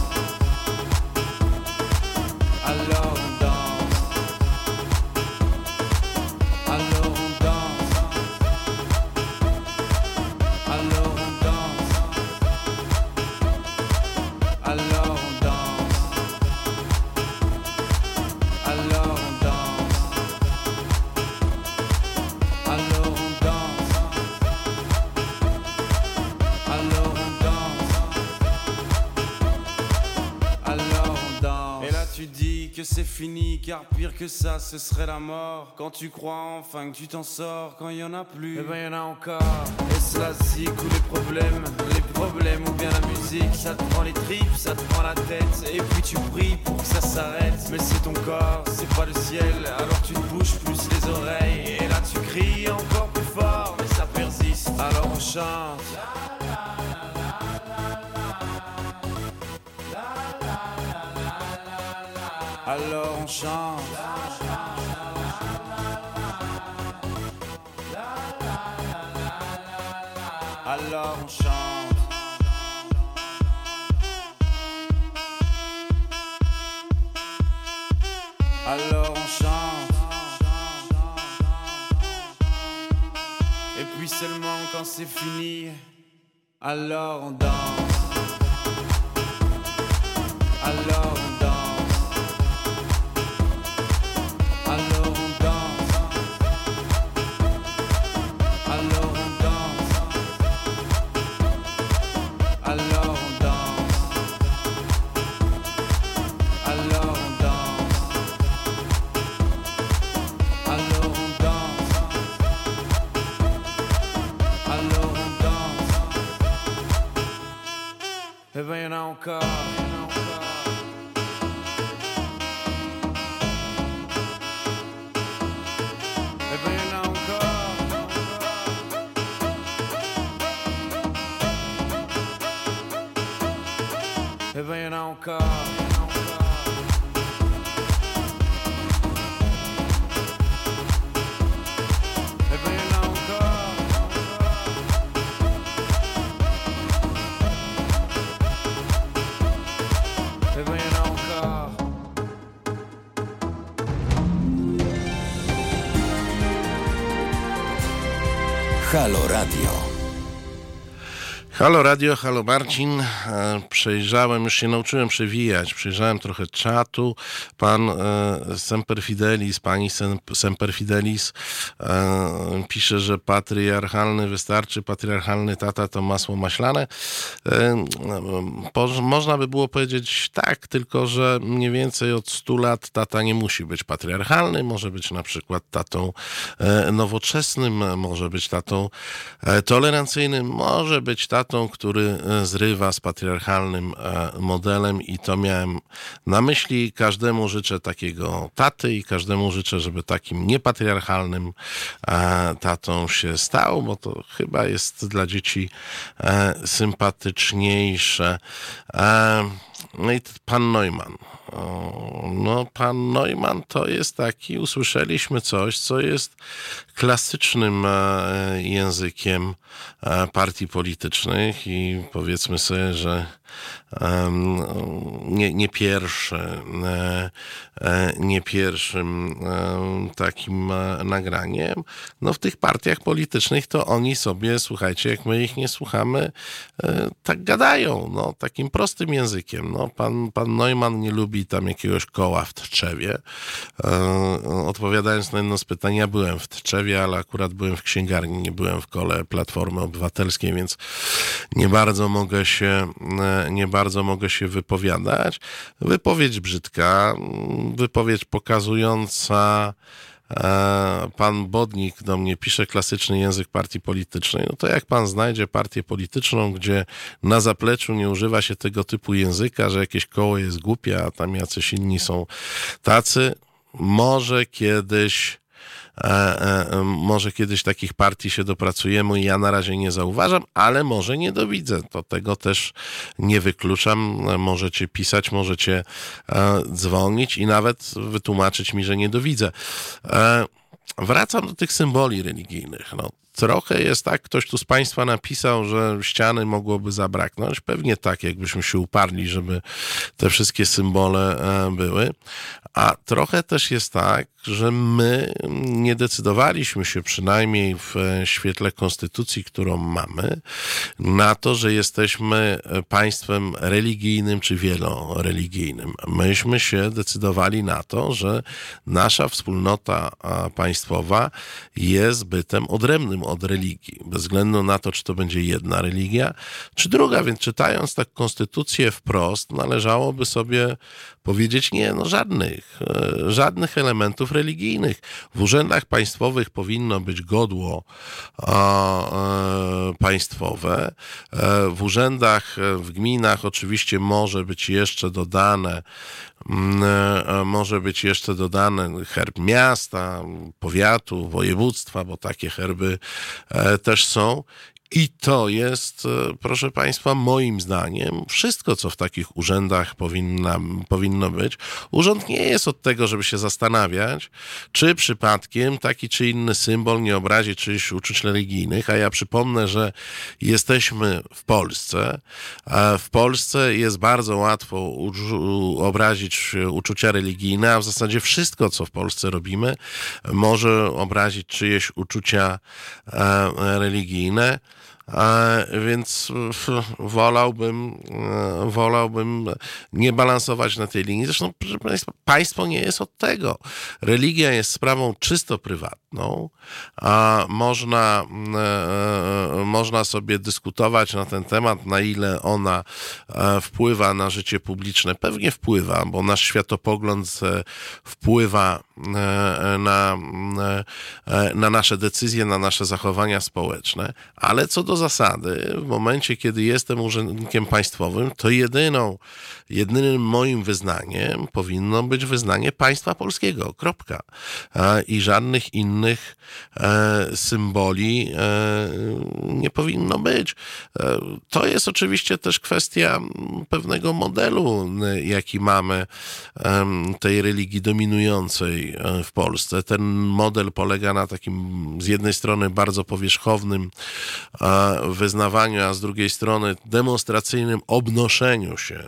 alors on danse, alors on danse, alors on danse, alors on danse, alors on danse, alors on danse, alors on danse, alors on danse. Et là tu dis que c'est fini car pire que ça ce serait la mort. Quand tu crois enfin que tu t'en sors, quand il y en a plus, eh ben y en a encore. Est-ce la zik ou les problèmes, les problèmes ou bien la musique, ça te prend les tripes, ça te prend la tête, et puis tu pries pour que ça s'arrête. Mais c'est ton corps, c'est pas le ciel, alors tu te bouges plus les oreilles, et là tu cries encore plus fort, mais ça persiste, alors on chante. Alors on chante. Alors on chante. Alors on chante. Et puis seulement quand c'est fini, alors on danse. Alors on danse. Alors on danse. Alors on danse. Alors on danse. Alors on danse. Alors on danse. Alors on danse. Eh ben y'en a encore. Eh ben y'en a encore. Eh ben y'en a encore. Eh ben y'en a encore. Halo Radio. Halo Radio, halo Marcin. E, przejrzałem, już się nauczyłem przewijać, przejrzałem trochę czatu. Pan e, Semper Fidelis, pani Sem, Semper Fidelis e, pisze, że patriarchalny wystarczy, patriarchalny tata to masło maślane. E, po, można by było powiedzieć tak, tylko że mniej więcej od stu lat tata nie musi być patriarchalny, może być na przykład tatą e, nowoczesnym, może być tatą e, tolerancyjnym, może być tatą, który zrywa z patriarchalnym modelem i to miałem na myśli. Każdemu życzę takiego taty i każdemu życzę, żeby takim niepatriarchalnym tatą się stał, bo to chyba jest dla dzieci sympatyczniejsze. No i pan Neumann. no pan Neumann to jest taki, usłyszeliśmy coś, co jest klasycznym językiem partii politycznych i powiedzmy sobie, że nie, nie pierwszy, nie pierwszym takim nagraniem. No w tych partiach politycznych to oni sobie, słuchajcie, jak my ich nie słuchamy, tak gadają, no takim prostym językiem. No pan, pan Neumann nie lubi tam jakiegoś koła w Tczewie. Odpowiadając na jedno z pytań, ja byłem w Tczewie, ale akurat byłem w księgarni, nie byłem w kole Platformy Obywatelskiej, więc nie bardzo mogę się, nie bardzo mogę się wypowiadać. Wypowiedź brzydka, wypowiedź pokazująca, pan Bodnik do mnie pisze, klasyczny język partii politycznej. No to jak pan znajdzie partię polityczną, gdzie na zapleczu nie używa się tego typu języka, że jakieś koło jest głupie, a tam jacyś inni są tacy, może kiedyś E, e, może kiedyś takich partii się dopracujemy i ja na razie nie zauważam, ale może nie dowidzę. To tego też nie wykluczam. Możecie pisać, możecie e, dzwonić i nawet wytłumaczyć mi, że nie dowidzę. E, wracam do tych symboli religijnych. No, trochę jest tak, ktoś tu z państwa napisał, że ściany mogłoby zabraknąć. Pewnie tak, jakbyśmy się uparli, żeby te wszystkie symbole e, były. A trochę też jest tak, że my nie decydowaliśmy się, przynajmniej w świetle konstytucji, którą mamy, na to, że jesteśmy państwem religijnym czy wieloreligijnym. Myśmy się decydowali na to, że nasza wspólnota państwowa jest bytem odrębnym od religii, bez względu na to, czy to będzie jedna religia, czy druga. Więc czytając tak konstytucję wprost, należałoby sobie powiedzieć, nie, no żadnych, żadnych elementów religijnych. W urzędach państwowych powinno być godło a, e, państwowe. E, w urzędach, w gminach oczywiście może być jeszcze dodane e, może być jeszcze dodany herb miasta, powiatu, województwa, bo takie herby e, też są. I to jest, proszę państwa, moim zdaniem wszystko, co w takich urzędach powinna, powinno być. Urząd nie jest od tego, żeby się zastanawiać, czy przypadkiem taki czy inny symbol nie obrazi czyichś uczuć religijnych, a ja przypomnę, że jesteśmy w Polsce. A w Polsce jest bardzo łatwo obrazić uczucia religijne, a w zasadzie wszystko, co w Polsce robimy, może obrazić czyjeś uczucia religijne. Więc wolałbym, wolałbym nie balansować na tej linii. Zresztą, proszę państwa, państwo nie jest od tego. Religia jest sprawą czysto prywatną, a można, można sobie dyskutować na ten temat, na ile ona wpływa na życie publiczne. Pewnie wpływa, bo nasz światopogląd wpływa na, na nasze decyzje, na nasze zachowania społeczne, ale co do zasady, w momencie, kiedy jestem urzędnikiem państwowym, to jedyną, jedynym moim wyznaniem powinno być wyznanie państwa polskiego, kropka. I żadnych innych symboli nie powinno być. To jest oczywiście też kwestia pewnego modelu, jaki mamy tej religii dominującej w Polsce. Ten model polega na takim z jednej strony bardzo powierzchownym wyznawaniu, a z drugiej strony demonstracyjnym obnoszeniu się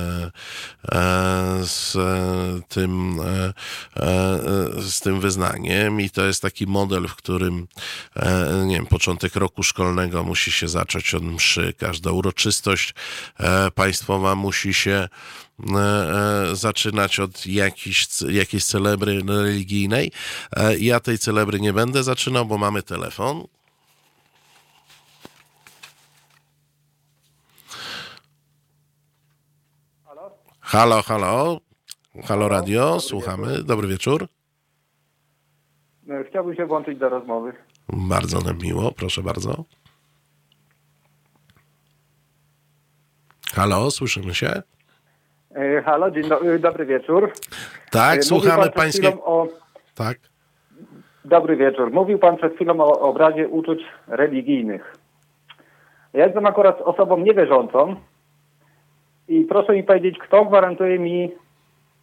z tym, z tym wyznaniem i to jest taki model, w którym nie wiem, początek roku szkolnego musi się zacząć od mszy, każda uroczystość państwowa musi się zaczynać od jakiejś, jakiejś celebry religijnej. Ja tej celebry nie będę zaczynał, bo mamy telefon. Halo, halo. Halo radio, słuchamy. Dobry wieczór. Chciałbym się włączyć do rozmowy. Bardzo nam miło, proszę bardzo. Halo, słyszymy się? Halo, dzień do, dobry wieczór. Tak, Mówił słuchamy pańskie... O... Tak. Dobry wieczór. Mówił pan przed chwilą o obrazie uczuć religijnych. Ja jestem akurat osobą niewierzącą i proszę mi powiedzieć, kto gwarantuje mi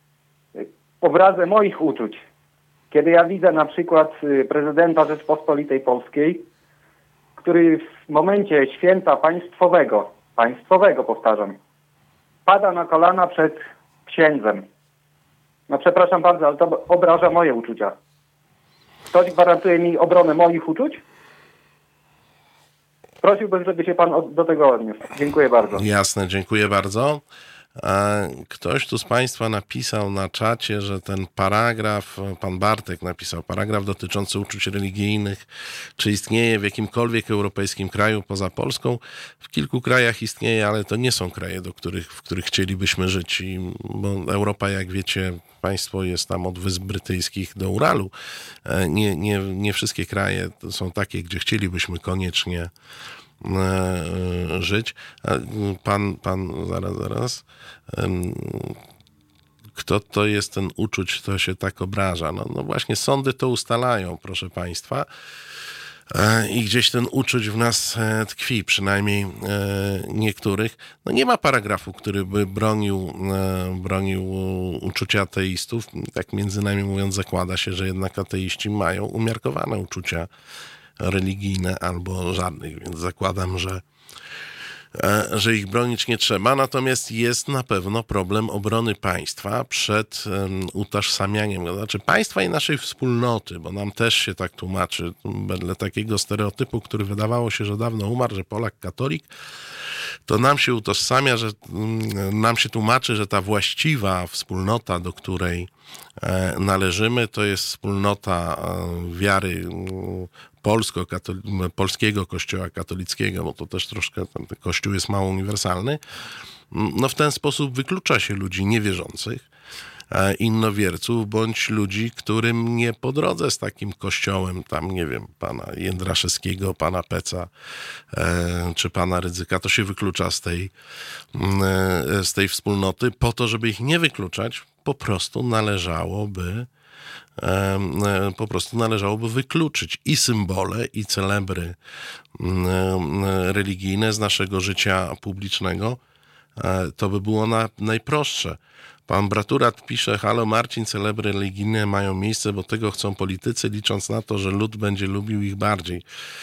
obrazę moich uczuć. Kiedy ja widzę na przykład prezydenta Rzeczpospolitej Polskiej, który w momencie święta państwowego, państwowego powtarzam, pada na kolana przed księdzem. No przepraszam bardzo, ale to obraża moje uczucia. Ktoś gwarantuje mi obronę moich uczuć? Prosiłbym, żeby się pan do tego odniósł. Dziękuję bardzo. Jasne, dziękuję bardzo. Ktoś tu z Państwa napisał na czacie, że ten paragraf, pan Bartek napisał, paragraf dotyczący uczuć religijnych, czy istnieje w jakimkolwiek europejskim kraju poza Polską? W kilku krajach istnieje, ale to nie są kraje, do których, w których chcielibyśmy żyć, I, bo Europa, jak wiecie, państwo jest tam od Wysp Brytyjskich do Uralu. Nie, nie, nie wszystkie kraje są takie, gdzie chcielibyśmy koniecznie żyć. Pan, pan, zaraz, zaraz. Kto to jest ten uczuć, to się tak obraża? No, no właśnie sądy to ustalają, proszę Państwa. I gdzieś ten uczuć w nas tkwi, przynajmniej niektórych. No nie ma paragrafu, który by bronił, bronił uczucia ateistów. Tak między nami mówiąc, zakłada się, że jednak ateiści mają umiarkowane uczucia religijne albo żadnych, więc zakładam, że, że ich bronić nie trzeba. Natomiast jest na pewno problem obrony państwa przed um, utożsamianiem, znaczy państwa i naszej wspólnoty, bo nam też się tak tłumaczy, wedle takiego stereotypu, który wydawało się, że dawno umarł, że Polak katolik, to nam się utożsamia, że um, nam się tłumaczy, że ta właściwa wspólnota, do której e, należymy, to jest wspólnota e, wiary e, Polsko, katoli- polskiego kościoła katolickiego, bo to też troszkę ten, ten kościół jest mało uniwersalny, no w ten sposób wyklucza się ludzi niewierzących, e, innowierców, bądź ludzi, którym nie po drodze z takim kościołem, tam nie wiem, pana Jędraszewskiego, pana Peca, e, czy pana Rydzyka, to się wyklucza z tej, e, z tej wspólnoty. Po to, żeby ich nie wykluczać, po prostu należałoby po prostu należałoby wykluczyć i symbole, i celebry religijne z naszego życia publicznego. To by było na, najprostsze. Pan Braturat pisze, halo Marcin, celebry religijne mają miejsce, bo tego chcą politycy, licząc na to, że lud będzie lubił ich bardziej.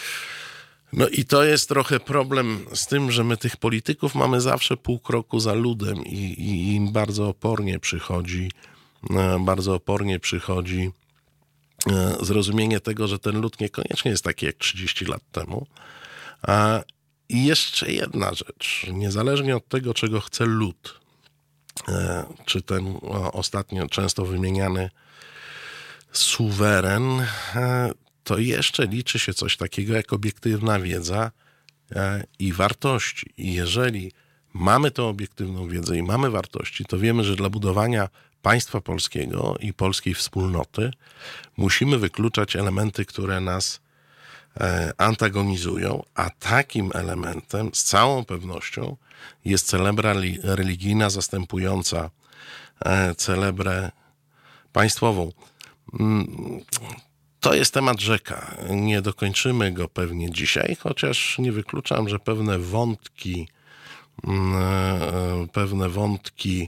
No i to jest trochę problem z tym, że my tych polityków mamy zawsze pół kroku za ludem i, i im bardzo opornie przychodzi bardzo opornie przychodzi zrozumienie tego, że ten lud niekoniecznie jest taki jak trzydzieści lat temu. I jeszcze jedna rzecz. Niezależnie od tego, czego chce lud, czy ten ostatnio często wymieniany suweren, to jeszcze liczy się coś takiego jak obiektywna wiedza i wartości. I jeżeli mamy tą obiektywną wiedzę i mamy wartości, to wiemy, że dla budowania państwa polskiego i polskiej wspólnoty musimy wykluczać elementy, które nas e, antagonizują, a takim elementem z całą pewnością jest celebra li, religijna zastępująca e, celebrę państwową. To jest temat rzeka. Nie dokończymy go pewnie dzisiaj, chociaż nie wykluczam, że pewne wątki e, pewne wątki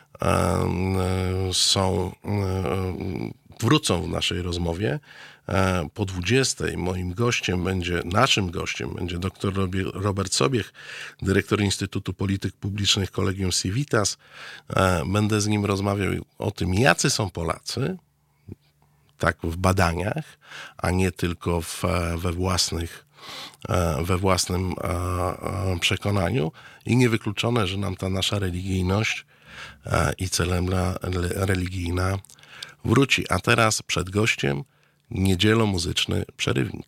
są, wrócą w naszej rozmowie. Po dwudziestej moim gościem będzie, naszym gościem będzie dr Robert Sobiech, dyrektor Instytutu Polityk Publicznych Collegium Civitas. Będę z nim rozmawiał o tym, jacy są Polacy, tak w badaniach, a nie tylko w, we własnych we własnym przekonaniu i niewykluczone, że nam ta nasza religijność i celebra religijna wróci. A teraz przed gościem niedzielo-muzyczny przerywnik.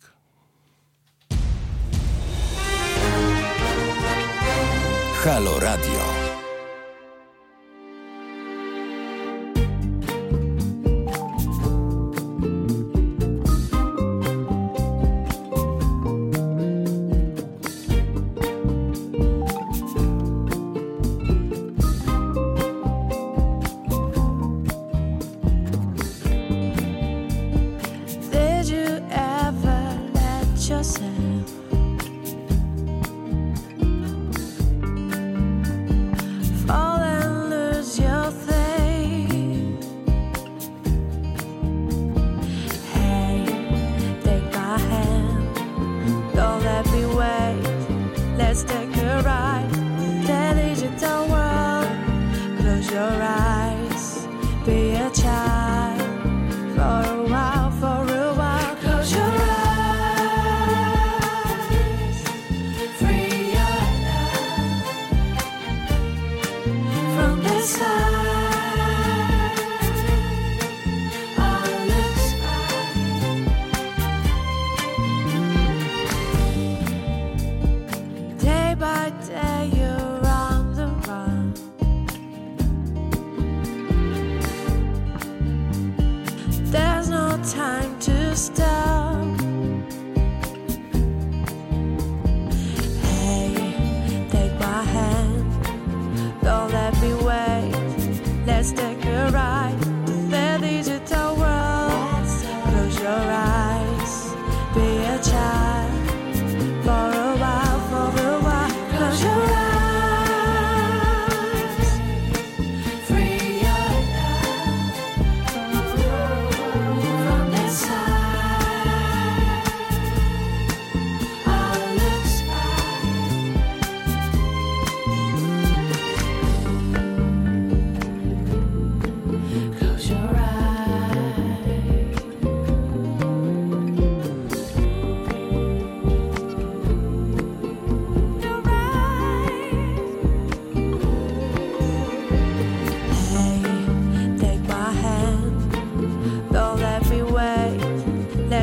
Halo Radio. Yourself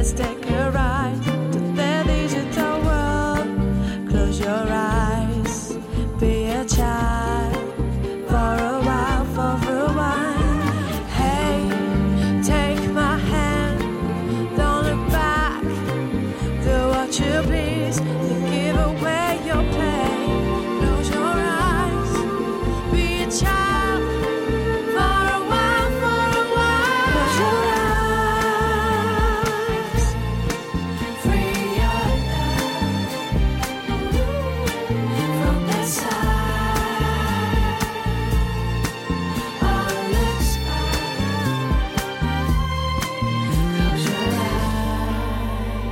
Let's take a ride to the digital world. Close your eyes, be a child for a while, for a while. Hey, take my hand, don't look back. Do what you please, to give away your pain. Close your eyes, be a child for a while, for a while. Close your eyes, free your love from the side. All looks fine. Close your eyes.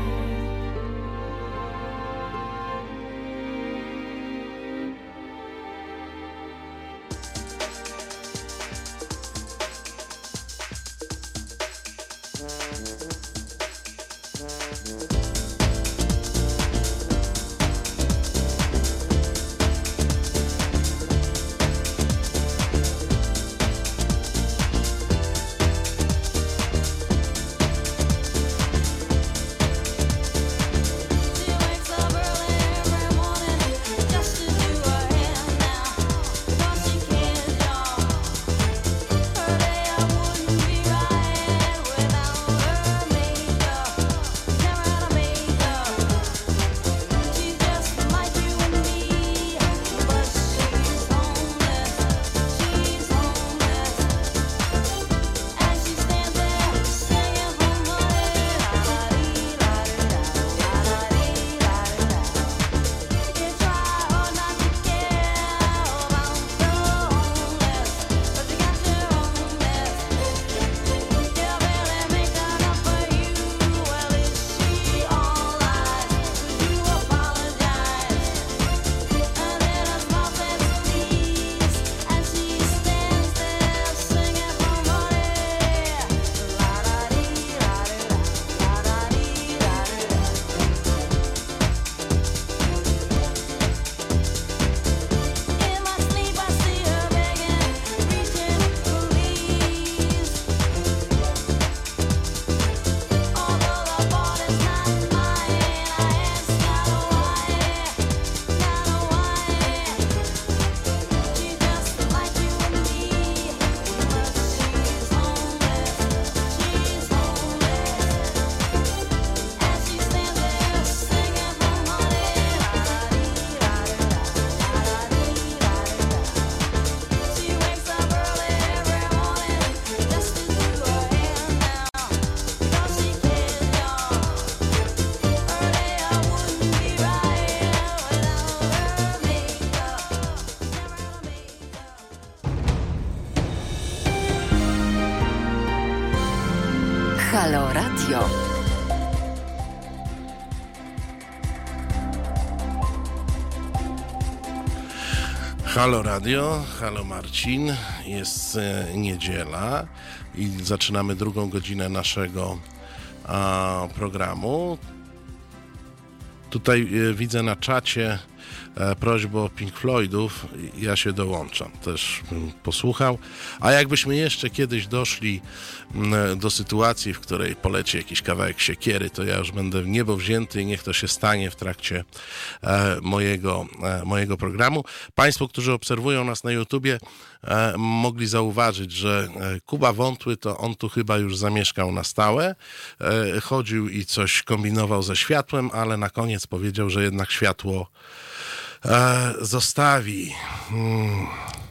She wakes up early every morning just to do her hair now. Because she cares, y'all. Her day I wouldn't be right without her makeup. Never had a makeup. She's just like you and me, but she's homeless. She's homeless. As she stands there singing for money, you try hard not to care about the homeless, but you got your own mess. You barely make enough for you. Well, is she all lies? Would you apologize? And then a smile says please, as she stands there singing for money. La da dee la da da, la da dee la da da. In my sleep I see her begging, reaching for leaves. Although the fault is not mine, I ask not why, not why. She's just like you and me, but she's homeless. She's homeless. As she stands there singing for money, la da dee la da da, la da dee la da da. She wakes up early every morning just to do her hair now. Because she cares, y'all. Her day I wouldn't be right without her makeup. Never had a makeup. Halo Radio. Halo Radio, halo Marcin, jest e, niedziela i zaczynamy drugą godzinę naszego a, programu. Tutaj e, widzę na czacie e, prośbę o Pink Floydów, ja się dołączam, też bym posłuchał. A jakbyśmy jeszcze kiedyś doszli m, do sytuacji, w której poleci jakiś kawałek siekiery, to ja już będę w niebo wzięty i niech to się stanie w trakcie e, mojego, e, mojego programu. Państwo, którzy obserwują nas na YouTubie, e, mogli zauważyć, że e, Kuba Wątły to on tu chyba już zamieszkał na stałe, e, chodził i coś kombinował ze światłem, ale na koniec powiedział, że jednak światło e, zostawi. Hmm.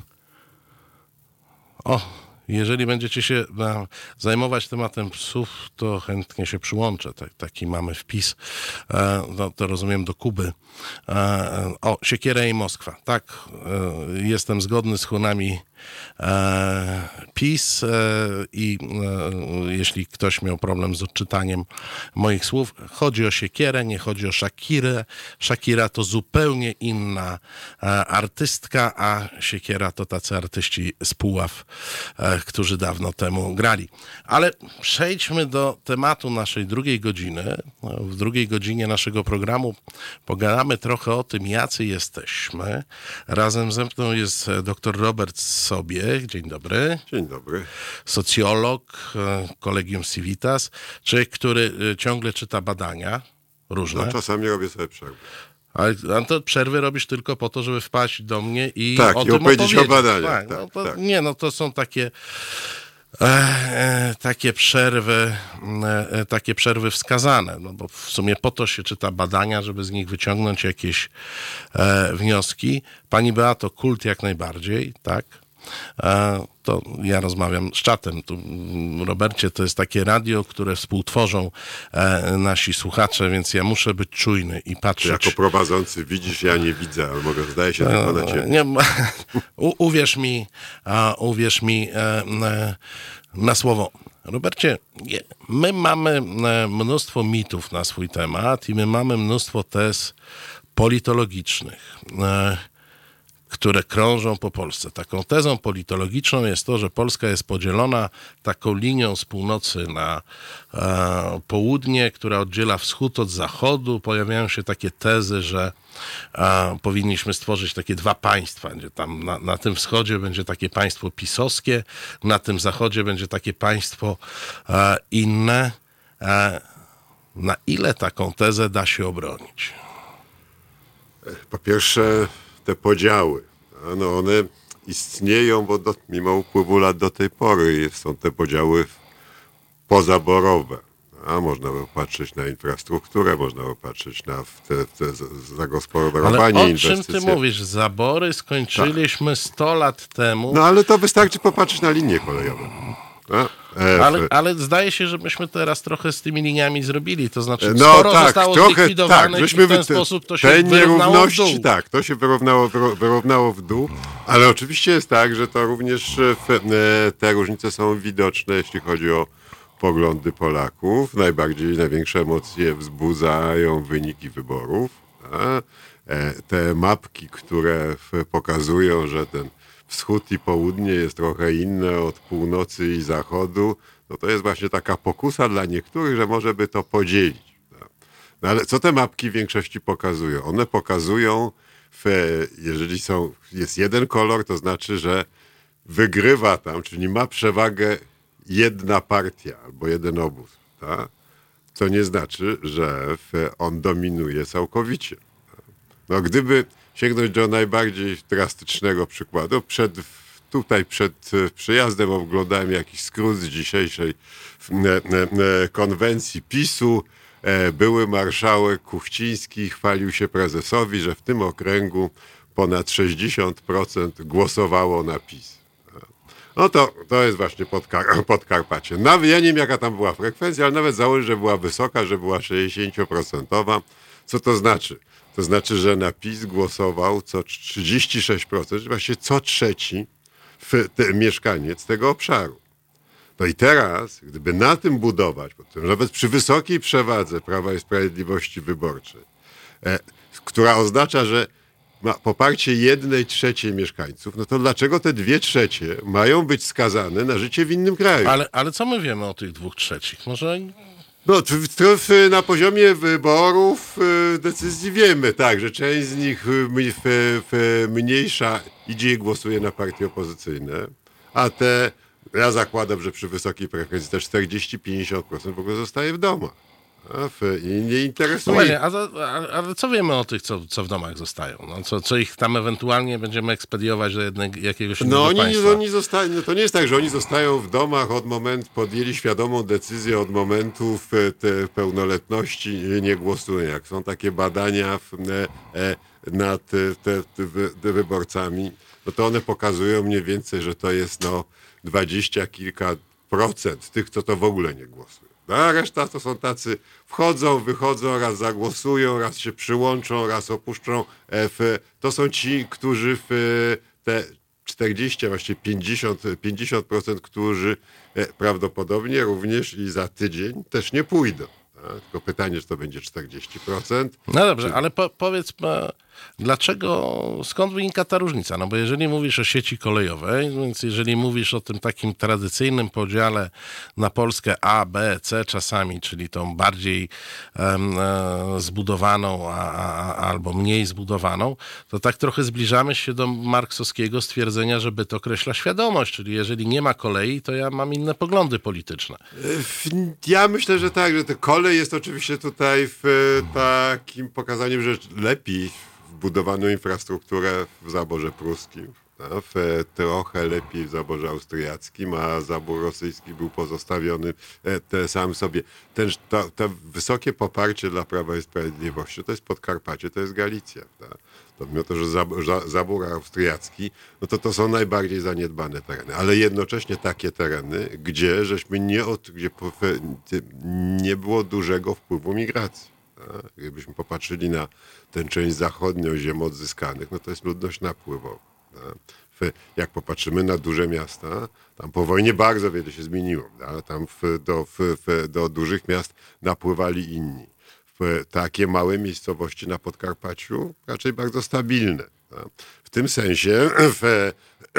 O, jeżeli będziecie się e, zajmować tematem psów, to chętnie się przyłączę. Tak, taki mamy wpis, e, no, to rozumiem do Kuby. E, o, Siekierę i Moskwa. Tak, e, jestem zgodny z Hunami e, PiS e, i e, jeśli ktoś miał problem z odczytaniem moich słów, chodzi o Siekierę, nie chodzi o Shakirę. Shakira to zupełnie inna e, artystka, a Siekiera to tacy artyści z Puław, e, którzy dawno temu grali. Ale przejdźmy do tematu naszej drugiej godziny. W drugiej godzinie naszego programu pogadamy trochę o tym, jacy jesteśmy. Razem ze mną jest dr Robert Sobiech. Dzień dobry. Dzień dobry. Socjolog, e, Collegium Civitas. Człowiek, który e, ciągle czyta badania różne. No, czasami robię sobie przerwę. Ale a to przerwy robisz tylko po to, żeby wpaść do mnie i tak, o i tym opowiedzieć opowiedzieć. o badaniach. Tak, Tak, no to, tak. Nie, no to są takie e, e, takie przerwy e, takie przerwy wskazane, no bo w sumie po to się czyta badania, żeby z nich wyciągnąć jakieś e, wnioski. Pani Beato, kult jak najbardziej, tak? E, to ja rozmawiam z czatem. Tu, Robercie, to jest takie radio, które współtworzą e, nasi słuchacze, więc ja muszę być czujny i patrzeć. Jako prowadzący widzisz, ja nie widzę, ale mogę, zdaje się tylko na ciebie. Nie, u, uwierz mi, a, uwierz mi e, e, na słowo. Robercie, nie, my mamy e, mnóstwo mitów na swój temat i my mamy mnóstwo tez politologicznych, e, które krążą po Polsce. Taką tezą politologiczną jest to, że Polska jest podzielona taką linią z północy na e, południe, która oddziela wschód od zachodu. Pojawiają się takie tezy, że e, powinniśmy stworzyć takie dwa państwa. Gdzie tam na, na tym wschodzie będzie takie państwo pisowskie, na tym zachodzie będzie takie państwo e, inne. E, na ile taką tezę da się obronić? Po pierwsze, te podziały, no one istnieją, bo do, mimo upływu lat do tej pory są te podziały pozaborowe. A można by patrzeć na infrastrukturę, można by patrzeć na te, te zagospodarowanie, ale o inwestycje. czym ty mówisz? Zabory skończyliśmy sto lat temu. No ale to wystarczy popatrzeć na linie kolejowe. A? E, Ale, ale zdaje się, że myśmy teraz trochę z tymi liniami zrobili. To znaczy, no sporo tak, zostało trochę, zlikwidowanych tak, i żeśmy w ten te, sposób to się te wyrównało w nierówności, dół. tak, to się wyrównało, wyrównało w dół, ale oczywiście jest tak, że to również w, te różnice są widoczne, jeśli chodzi o poglądy Polaków. Najbardziej, największe emocje wzbudzają wyniki wyborów. A te mapki, które pokazują, że ten wschód i południe jest trochę inne od północy i zachodu, no to jest właśnie taka pokusa dla niektórych, że może by to podzielić. No ale co te mapki w większości pokazują? One pokazują, w, jeżeli są, jest jeden kolor, to znaczy, że wygrywa tam, czyli ma przewagę jedna partia albo jeden obóz. Tak? Co nie znaczy, że w, on dominuje całkowicie. No gdyby sięgnąć do najbardziej drastycznego przykładu, przed, tutaj przed przyjazdem oglądałem jakiś skrót z dzisiejszej konwencji PiSu. Były marszałek Kuchciński chwalił się prezesowi, że w tym okręgu ponad sześćdziesiąt procent głosowało na PiS. No to, to jest właśnie Podkar- Podkarpacie. Nawet, ja nie wiem, jaka tam była frekwencja, ale nawet założę, że była wysoka, że była sześćdziesiąt procent. Co to znaczy? To znaczy, że na PiS głosował co trzydzieści sześć procent, czyli właśnie co trzeci w te, mieszkaniec tego obszaru. No i teraz, gdyby na tym budować, nawet przy wysokiej przewadze Prawa i Sprawiedliwości wyborczej, e, która oznacza, że ma poparcie jednej trzeciej mieszkańców, no to dlaczego te dwie trzecie mają być skazane na życie w innym kraju? Ale, ale co my wiemy o tych dwóch trzecich? Może... No, w, w, w, na poziomie wyborów y, decyzji wiemy, tak, że część z nich y, w, w, mniejsza idzie i głosuje na partie opozycyjne, a te, ja zakładam, że przy wysokiej frekwencji te czterdzieści do pięćdziesięciu procent w ogóle zostaje w domach. A w, i nie interesuje. No właśnie, a, a, ale co wiemy o tych, co, co w domach zostają? No, co, co ich tam ewentualnie będziemy ekspediować do jednego, jakiegoś innego No oni, państwa? oni zostają, no to nie jest tak, że oni zostają w domach od momentu, podjęli świadomą decyzję od momentu w, te pełnoletności nie głosują. Jak są takie badania w, e, nad te, te, te wyborcami, no to one pokazują mniej więcej, że to jest no dwadzieścia kilka procent tych, co to w ogóle nie głosują. A reszta to są tacy, wchodzą, wychodzą, raz zagłosują, raz się przyłączą, raz opuszczą. W, to są ci, którzy w te czterdzieści, a właściwie pięćdziesiąt, pięćdziesiąt procent, którzy prawdopodobnie również i za tydzień też nie pójdą. Tak? Tylko pytanie, czy to będzie czterdzieści procent. No dobrze, czy... ale po, powiedz, e, dlaczego, skąd wynika ta różnica? No bo jeżeli mówisz o sieci kolejowej, więc jeżeli mówisz o tym takim tradycyjnym podziale na Polskę A, B, C czasami, czyli tą bardziej em, e, zbudowaną a, a, albo mniej zbudowaną, to tak trochę zbliżamy się do marksowskiego stwierdzenia, że byt określa świadomość, czyli jeżeli nie ma kolei, to ja mam inne poglądy polityczne. Ja myślę, że tak, że te kolej jest oczywiście tutaj w takim pokazaniem, że lepiej wbudowano infrastrukturę w zaborze pruskim, tak? w, trochę lepiej w zaborze austriackim, a zabór rosyjski był pozostawiony e, te, sam sobie. Ten, to, to wysokie poparcie dla Prawa i Sprawiedliwości to jest Podkarpacie, to jest Galicja. Tak? To mimo to, że zabór, zabór austriacki, no to to są najbardziej zaniedbane tereny, ale jednocześnie takie tereny, gdzie żeśmy nie, od, gdzie nie było dużego wpływu migracji. Tak? Gdybyśmy popatrzyli na tę część zachodnią ziem odzyskanych, no to jest ludność napływowa. Tak? Jak popatrzymy na duże miasta, tam po wojnie bardzo wiele się zmieniło. Tak? Tam w, do, w, w, do dużych miast napływali inni. W takie małe miejscowości na Podkarpaciu raczej bardzo stabilne. Tak? W tym sensie w,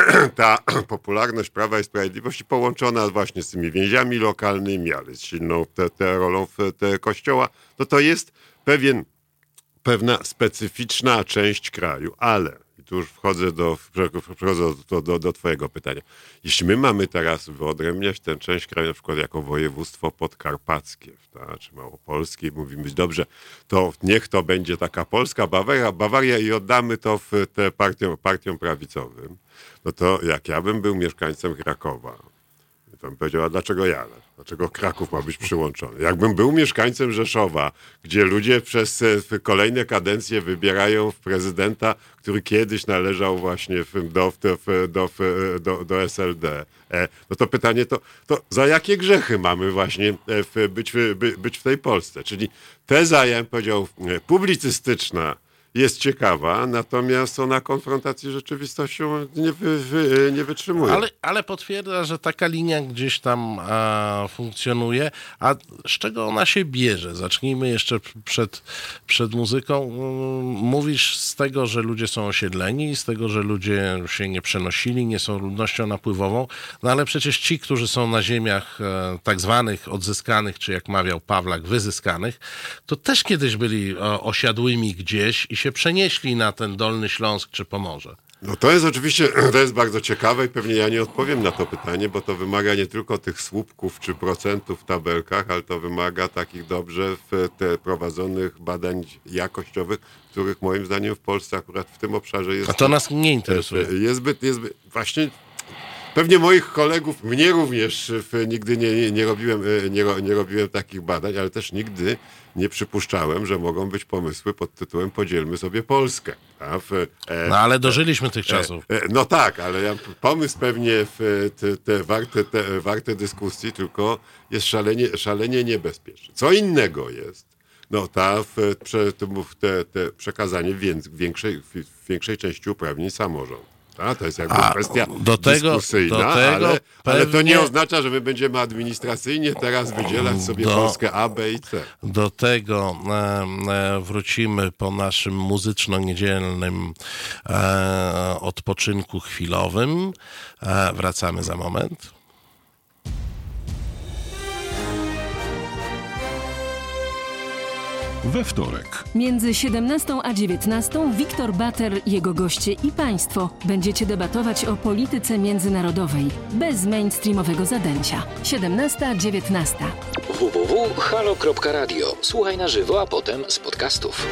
ta popularność Prawa i Sprawiedliwości połączona właśnie z tymi więziami lokalnymi, ale z silną te, te rolą w te kościoła, no to jest pewien, pewna specyficzna część kraju, ale i tu już wchodzę do, wchodzę do, do, do twojego pytania. Jeśli my mamy teraz wyodrębniać tę część kraju na przykład jako województwo podkarpackie, tak, czy małopolskie, mówimy, dobrze, to niech to będzie taka polska Bawaria, Bawaria i oddamy to w te partiom, partiom prawicowym, no to jak ja bym był mieszkańcem Krakowa, to bym powiedział, a dlaczego ja? Dlaczego Kraków ma być przyłączony? Jakbym był mieszkańcem Rzeszowa, gdzie ludzie przez kolejne kadencje wybierają w prezydenta, który kiedyś należał właśnie do, do, do, do, do S L D, no to pytanie to, to za jakie grzechy mamy właśnie być, być w tej Polsce? Czyli teza, ja bym powiedział, publicystyczna, jest ciekawa, natomiast ona konfrontacji z rzeczywistością nie, wy, wy, nie wytrzymuje. Ale, ale potwierdza, że taka linia gdzieś tam a, funkcjonuje. A z czego ona się bierze? Zacznijmy jeszcze przed, przed muzyką. Mówisz z tego, że ludzie są osiedleni, z tego, że ludzie się nie przenosili, nie są ludnością napływową, no ale przecież ci, którzy są na ziemiach e, tak zwanych odzyskanych, czy jak mawiał Pawlak, wyzyskanych, to też kiedyś byli o, osiadłymi gdzieś i się przenieśli na ten Dolny Śląsk czy Pomorze. No to jest oczywiście, to jest bardzo ciekawe i pewnie ja nie odpowiem na to pytanie, bo to wymaga nie tylko tych słupków czy procentów w tabelkach, ale to wymaga takich dobrze w te prowadzonych badań jakościowych, których moim zdaniem w Polsce akurat w tym obszarze jest... A to nas nie interesuje. Jest zbyt, jest zbyt, właśnie... Pewnie moich kolegów, mnie również w, nigdy nie, nie, nie, robiłem, nie, nie robiłem takich badań, ale też nigdy nie przypuszczałem, że mogą być pomysły pod tytułem podzielmy sobie Polskę. A w, e, no ale dożyliśmy tych czasów. E, e, no tak, ale ja, pomysł pewnie w, te, te warte, te, warte dyskusji, tylko jest szalenie, szalenie niebezpieczny. Co innego jest, no ta w, prze, te, te przekazanie większej, w większej części uprawnień samorząd. A, to jest jakby A, kwestia do tego, dyskusyjna, do tego ale, pewnie... ale to nie oznacza, że my będziemy administracyjnie teraz wydzielać sobie do, Polskę A, B i C. Do tego e, e, wrócimy po naszym muzyczno-niedzielnym e, odpoczynku chwilowym. E, wracamy za moment. We wtorek. Między siedemnastą a dziewiętnastą Wiktor Bater, jego goście i państwo będziecie debatować o polityce międzynarodowej bez mainstreamowego zadęcia. siedemnasta dziewiętnasta. w w w kropka halo kropka radio. Słuchaj na żywo, a potem z podcastów.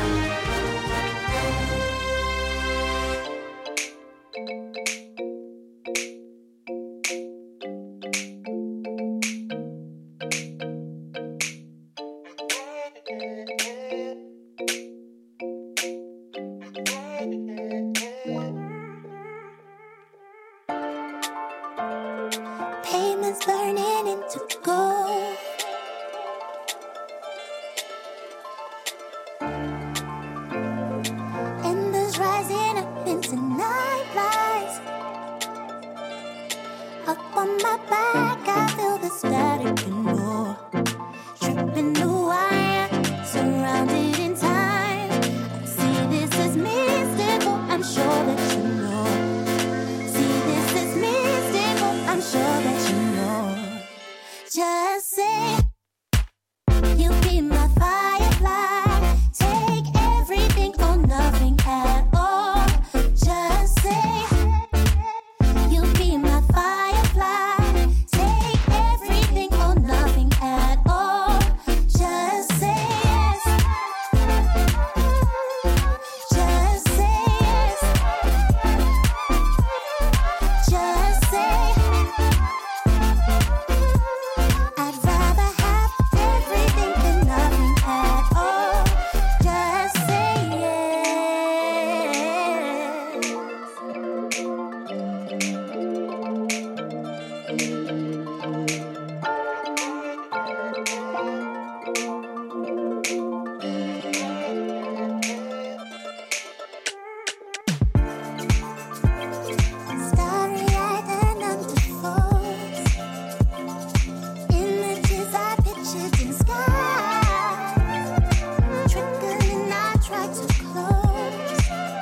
Payments burning into gold. You be my firefly. Take everything or nothing at all. Just say, you be my firefly. Take everything or nothing at all. Just say yes. Just say yes. Just say, I'd rather have everything than nothing at all. Just say starry-eyed and underfolds. Images I pictured in sky. Trickling, I try to close.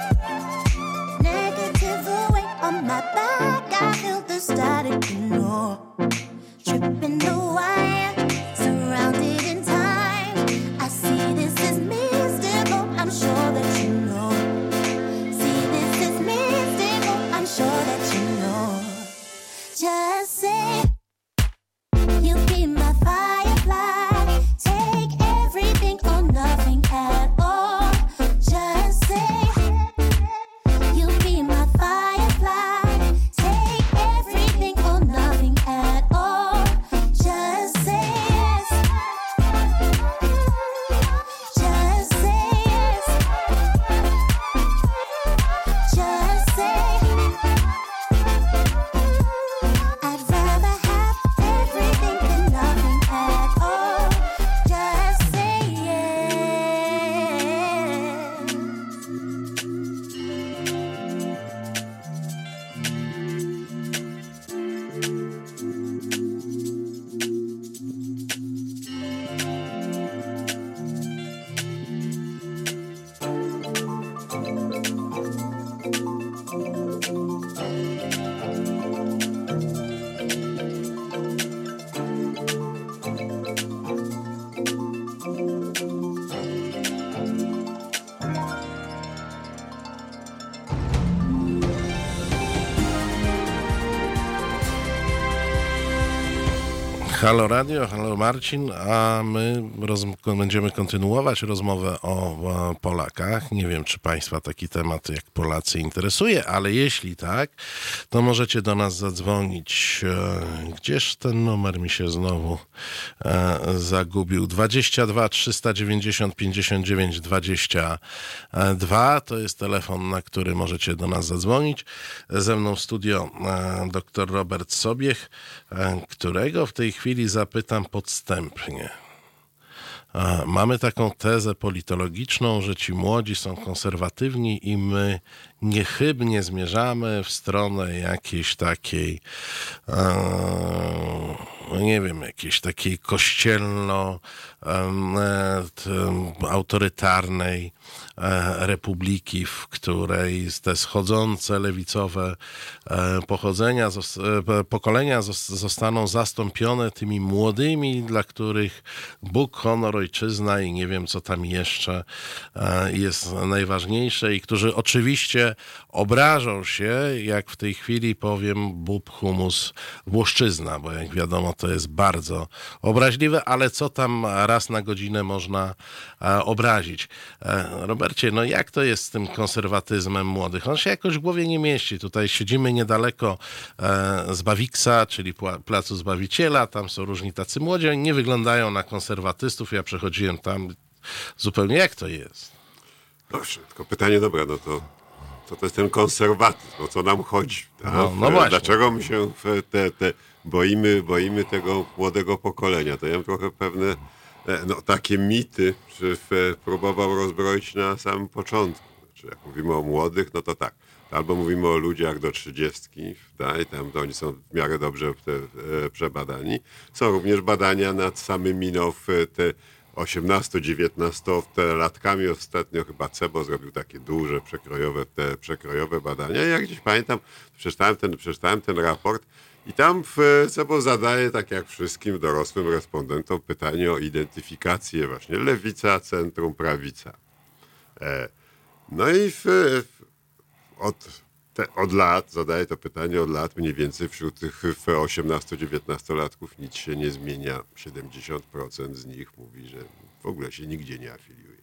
Negative weight on my back. I feel the static, you know. Tripping the wire, surrounded in time. I see this is mystical. I'm sure that you know. See, this is mystical. I'm sure that you know. Just say, you be my firefly. Take everything or nothing at all. Just say, you be my firefly. Take everything or nothing at all. Just say yes. Just say yes. Just say, I'd rather have everything than nothing at all. Just say yes. Halo Radio, halo Marcin, a my roz, będziemy kontynuować rozmowę o, o Polakach. Nie wiem, czy Państwa taki temat jak Polacy interesuje, ale jeśli tak, to możecie do nas zadzwonić. E, gdzież ten numer mi się znowu e, zagubił? dwadzieścia dwa trzysta dziewięćdziesiąt pięćdziesiąt dziewięć dwadzieścia dwa to jest telefon, na który możecie do nas zadzwonić. Ze mną w studio e, dr Robert Sobiech, e, którego w tej chwili zapytam podstępnie. Mamy taką tezę politologiczną, że ci młodzi są konserwatywni i my niechybnie zmierzamy w stronę jakiejś takiej, e, nie wiem, jakiejś takiej kościelno e, autorytarnej e, republiki, w której te schodzące lewicowe e, pochodzenia, zos, e, pokolenia zos, zostaną zastąpione tymi młodymi, dla których Bóg, honor, ojczyzna i nie wiem co tam jeszcze e, jest najważniejsze i którzy oczywiście obrażą się, jak w tej chwili powiem bób, humus, włoszczyzna, bo jak wiadomo to jest bardzo obraźliwe, ale co tam raz na godzinę można e, obrazić. E, Robercie, no jak to jest z tym konserwatyzmem młodych? On się jakoś w głowie nie mieści. Tutaj siedzimy niedaleko e, z Bawiksa, czyli pła, Placu Zbawiciela, tam są różni tacy młodzi, oni nie wyglądają na konserwatystów, ja przechodziłem tam zupełnie, jak to jest? Dobrze, tylko pytanie, dobra, no to co to jest ten konserwatyzm, o co nam chodzi? Tak? No, no właśnie. Dlaczego my się te, te boimy, boimy tego młodego pokolenia? To ja mam trochę pewne no, takie mity, że próbował rozbroić na samym początku. Znaczy, jak mówimy o młodych, no to tak. Albo mówimy o ludziach do trzydziestki, tak? I tam to oni są w miarę dobrze te, e, przebadani. Są również badania nad samymi no, te osiemnasto-dziewiętnastolatkami ostatnio chyba Cebo zrobił takie duże przekrojowe, te przekrojowe badania. Ja gdzieś pamiętam, przeczytałem ten, przeczytałem ten raport i tam w Cebo zadaje, tak jak wszystkim dorosłym respondentom, pytanie o identyfikację właśnie lewica, centrum, prawica. E, no i w, w, od, te, od lat, zadaję to pytanie od lat, mniej więcej wśród tych osiemnasto-dziewiętnastolatków nic się nie zmienia. siedemdziesiąt procent z nich mówi, że w ogóle się nigdzie nie afiliuje.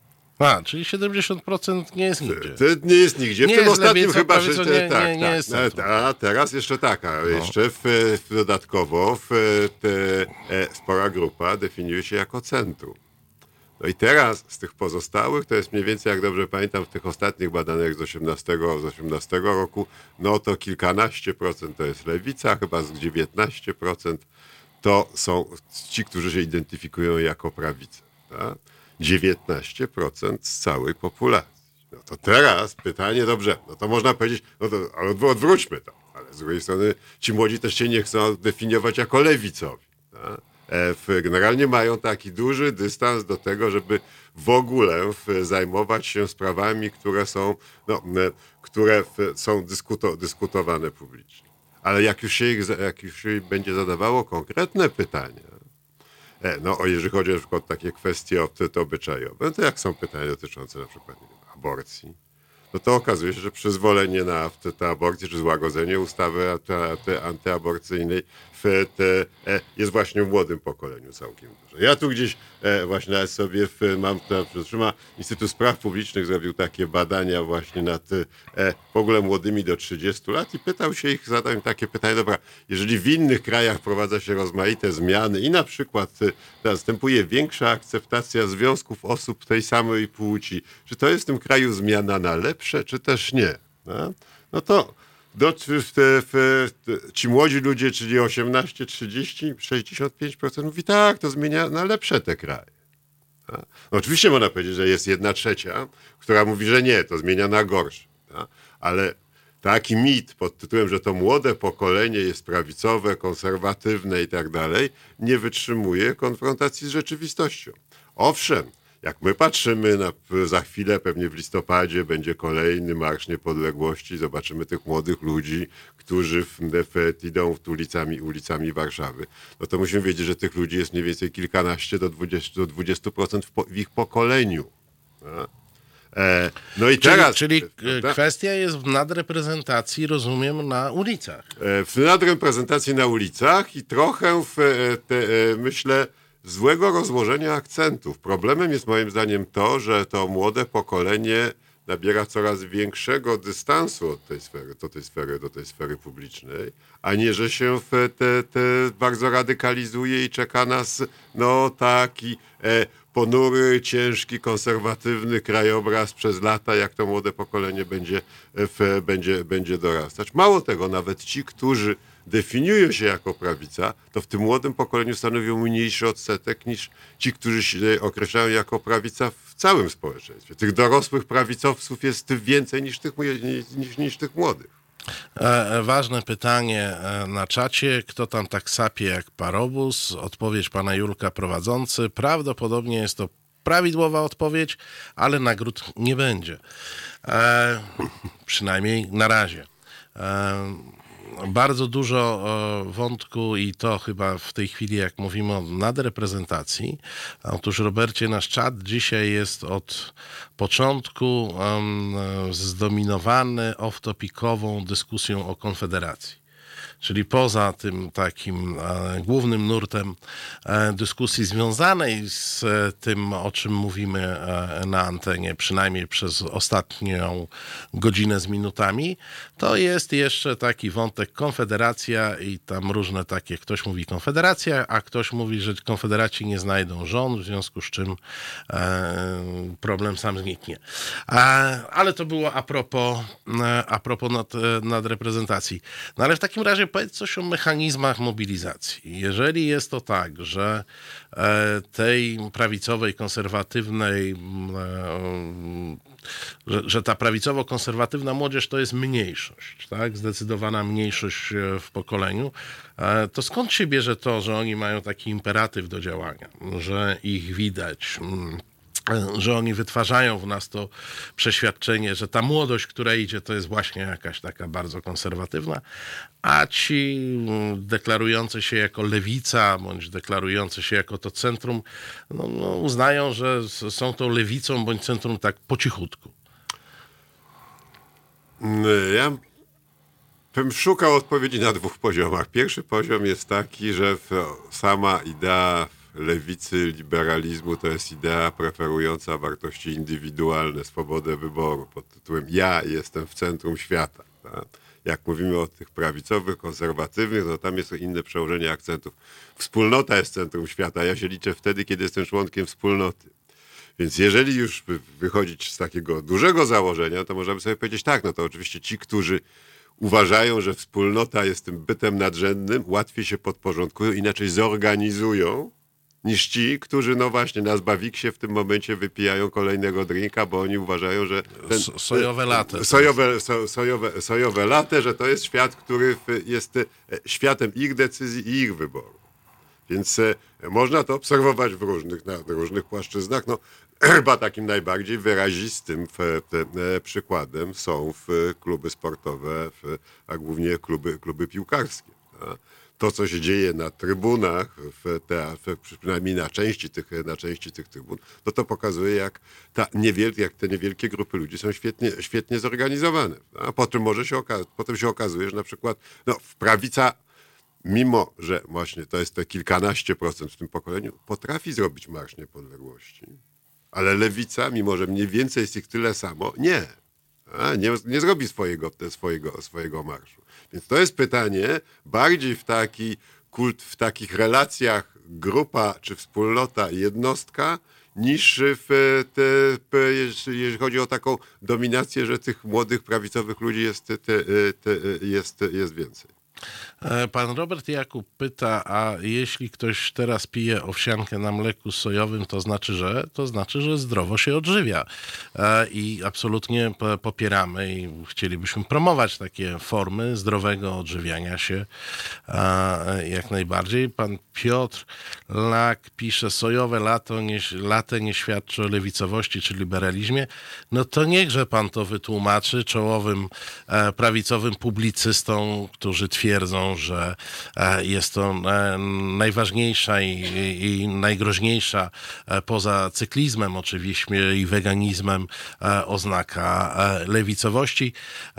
A, czyli siedemdziesiąt procent nie jest nigdzie. To nie jest nigdzie. W Nie tym jest ostatnim lewicą, chyba, prawicą, że nie- tak, nie- nie tak. jest E, centrum. A teraz jeszcze taka, jeszcze w, w dodatkowo w, te, e, spora grupa definiuje się jako centrum. No i teraz z tych pozostałych, to jest mniej więcej, jak dobrze pamiętam, w tych ostatnich badaniach z osiemnastego, z osiemnastego roku, no to kilkanaście procent to jest lewica, chyba z dziewiętnaście procent to są ci, którzy się identyfikują jako prawica. Tak? dziewiętnaście procent z całej populacji. No to teraz pytanie, dobrze, no to można powiedzieć, no to ale odw- odwróćmy to, ale z drugiej strony ci młodzi też się nie chcą definiować jako lewicowi. Tak? E, w, generalnie mają taki duży dystans do tego, żeby w ogóle w, zajmować się sprawami, które są, no, e, które w, są dyskuto, dyskutowane publicznie. Ale jak już się ich, za- jak już się będzie zadawało konkretne pytania, e, no o jeżeli chodzi na przykład o takie kwestie ob- to obyczajowe, no to jak są pytania dotyczące na przykład nie wiem, aborcji, no to okazuje się, że przyzwolenie na te, te aborcje, czy złagodzenie ustawy te, te antyaborcyjnej w te, e, jest właśnie w młodym pokoleniu całkiem duże. Ja tu gdzieś e, właśnie nawet sobie w, mam, przytrzyma Instytut Spraw Publicznych zrobił takie badania właśnie nad e, w ogóle młodymi do trzydziestu lat i pytał się ich, zadał im takie pytanie, dobra, jeżeli w innych krajach wprowadza się rozmaite zmiany i na przykład e, następuje większa akceptacja związków osób tej samej płci, czy to jest w tym kraju zmiana na lepsze, czy też nie? No, no to do, w, w, w, ci młodzi ludzie, czyli osiemnaście, trzydzieści, sześćdziesiąt pięć procent mówi tak, to zmienia na lepsze te kraje. No, oczywiście można powiedzieć, że jest jedna trzecia, która mówi, że nie, to zmienia na gorsze. No, ale taki mit pod tytułem, że to młode pokolenie jest prawicowe, konserwatywne i tak dalej, nie wytrzymuje konfrontacji z rzeczywistością. Owszem, jak my patrzymy na, za chwilę, pewnie w listopadzie będzie kolejny Marsz Niepodległości, zobaczymy tych młodych ludzi, którzy w, w, idą w ulicami, ulicami Warszawy, no to musimy wiedzieć, że tych ludzi jest mniej więcej kilkanaście do dwudziestu, do dwudziestu procent w, po, w ich pokoleniu. No. E, no i Czyli, teraz... czyli prawda? kwestia jest w nadreprezentacji, rozumiem, na ulicach. E, w nadreprezentacji na ulicach i trochę w, e, te, e, myślę, złego rozłożenia akcentów. Problemem jest moim zdaniem to, że to młode pokolenie nabiera coraz większego dystansu od tej sfery, do tej sfery, do tej sfery publicznej, a nie, że się w te, te bardzo radykalizuje i czeka nas no taki e, ponury, ciężki, konserwatywny krajobraz przez lata, jak to młode pokolenie będzie, w, będzie, będzie dorastać. Mało tego, nawet ci, którzy definiują się jako prawica, to w tym młodym pokoleniu stanowią mniejszy odsetek niż ci, którzy się określają jako prawica w całym społeczeństwie. Tych dorosłych prawicowców jest więcej niż tych, niż, niż tych młodych. E, ważne pytanie e, na czacie. Kto tam tak sapie jak parobus? Odpowiedź pana Julka prowadzący. Prawdopodobnie jest to prawidłowa odpowiedź, ale nagród nie będzie. E, przynajmniej na razie. E, Bardzo dużo e, wątku i to chyba w tej chwili, jak mówimy o nadreprezentacji. Otóż, Robercie, nasz czat dzisiaj jest od początku um, zdominowany off-topikową dyskusją o Konfederacji. Czyli poza tym takim e, głównym nurtem e, dyskusji związanej z e, tym, o czym mówimy e, na antenie, przynajmniej przez ostatnią godzinę z minutami, to jest jeszcze taki wątek Konfederacja i tam różne takie, ktoś mówi Konfederacja, a ktoś mówi, że Konfederaci nie znajdą żon, w związku z czym e, problem sam zniknie. E, ale to było a propos, e, a propos nad, nadreprezentacji. No ale w takim razie powiedz coś o mechanizmach mobilizacji. Jeżeli jest to tak, że tej prawicowej, konserwatywnej że, że ta prawicowo-konserwatywna młodzież to jest mniejszość, tak? Zdecydowana mniejszość w pokoleniu, to skąd się bierze to, że oni mają taki imperatyw do działania, że ich widać, że oni wytwarzają w nas to przeświadczenie, że ta młodość, która idzie, to jest właśnie jakaś taka bardzo konserwatywna, a ci deklarujący się jako lewica, bądź deklarujący się jako to centrum, no, no, uznają, że są tą lewicą bądź centrum tak po cichutku. Ja bym szukał odpowiedzi na dwóch poziomach. Pierwszy poziom jest taki, że sama idea lewicy, liberalizmu to jest idea preferująca wartości indywidualne, swobodę wyboru pod tytułem ja jestem w centrum świata. Tak? Jak mówimy o tych prawicowych, konserwatywnych, no tam jest inne przełożenie akcentów. Wspólnota jest centrum świata. Ja się liczę wtedy, kiedy jestem członkiem wspólnoty. Więc jeżeli już wychodzić z takiego dużego założenia, to możemy sobie powiedzieć tak, no to oczywiście ci, którzy uważają, że wspólnota jest tym bytem nadrzędnym, łatwiej się podporządkują, inaczej zorganizują, niż ci, którzy no właśnie na Zbawiksie w tym momencie wypijają kolejnego drinka, bo oni uważają, że ten, sojowe latte. Sojowe, so, sojowe, sojowe latte, że to jest świat, który jest światem ich decyzji i ich wyboru. Więc e, można to obserwować w różnych, na różnych płaszczyznach. No, chyba takim najbardziej wyrazistym w, te, e, przykładem są w kluby sportowe, w, a głównie kluby, kluby piłkarskie. A to, co się dzieje na trybunach, w te, w, przynajmniej na części, tych, na części tych trybun, no to pokazuje, jak, ta niewiel, jak te niewielkie grupy ludzi są świetnie, świetnie zorganizowane. A potem, może się oka- potem się okazuje, że na przykład no, prawica, mimo że właśnie to jest te kilkanaście procent w tym pokoleniu, potrafi zrobić Marsz Niepodległości. Ale lewica, mimo że mniej więcej jest ich tyle samo, nie. A, nie, nie zrobi swojego, swojego, swojego marszu. Więc to jest pytanie bardziej w taki kult, w takich relacjach grupa czy wspólnota, jednostka, niż w te, jeżeli chodzi o taką dominację, że tych młodych prawicowych ludzi jest, te, te, jest, jest więcej. Pan Robert Jakub pyta, a jeśli ktoś teraz pije owsiankę na mleku sojowym, to znaczy, że to znaczy, że zdrowo się odżywia. I absolutnie popieramy i chcielibyśmy promować takie formy zdrowego odżywiania się jak najbardziej. Pan Piotr Lak pisze, sojowe lato nie, latte nie świadczy o lewicowości czy liberalizmie. No to niechże pan to wytłumaczy czołowym prawicowym publicystom, którzy twierdzą, że jest to najważniejsza i, i najgroźniejsza poza cyklizmem oczywiście i weganizmem oznaka lewicowości.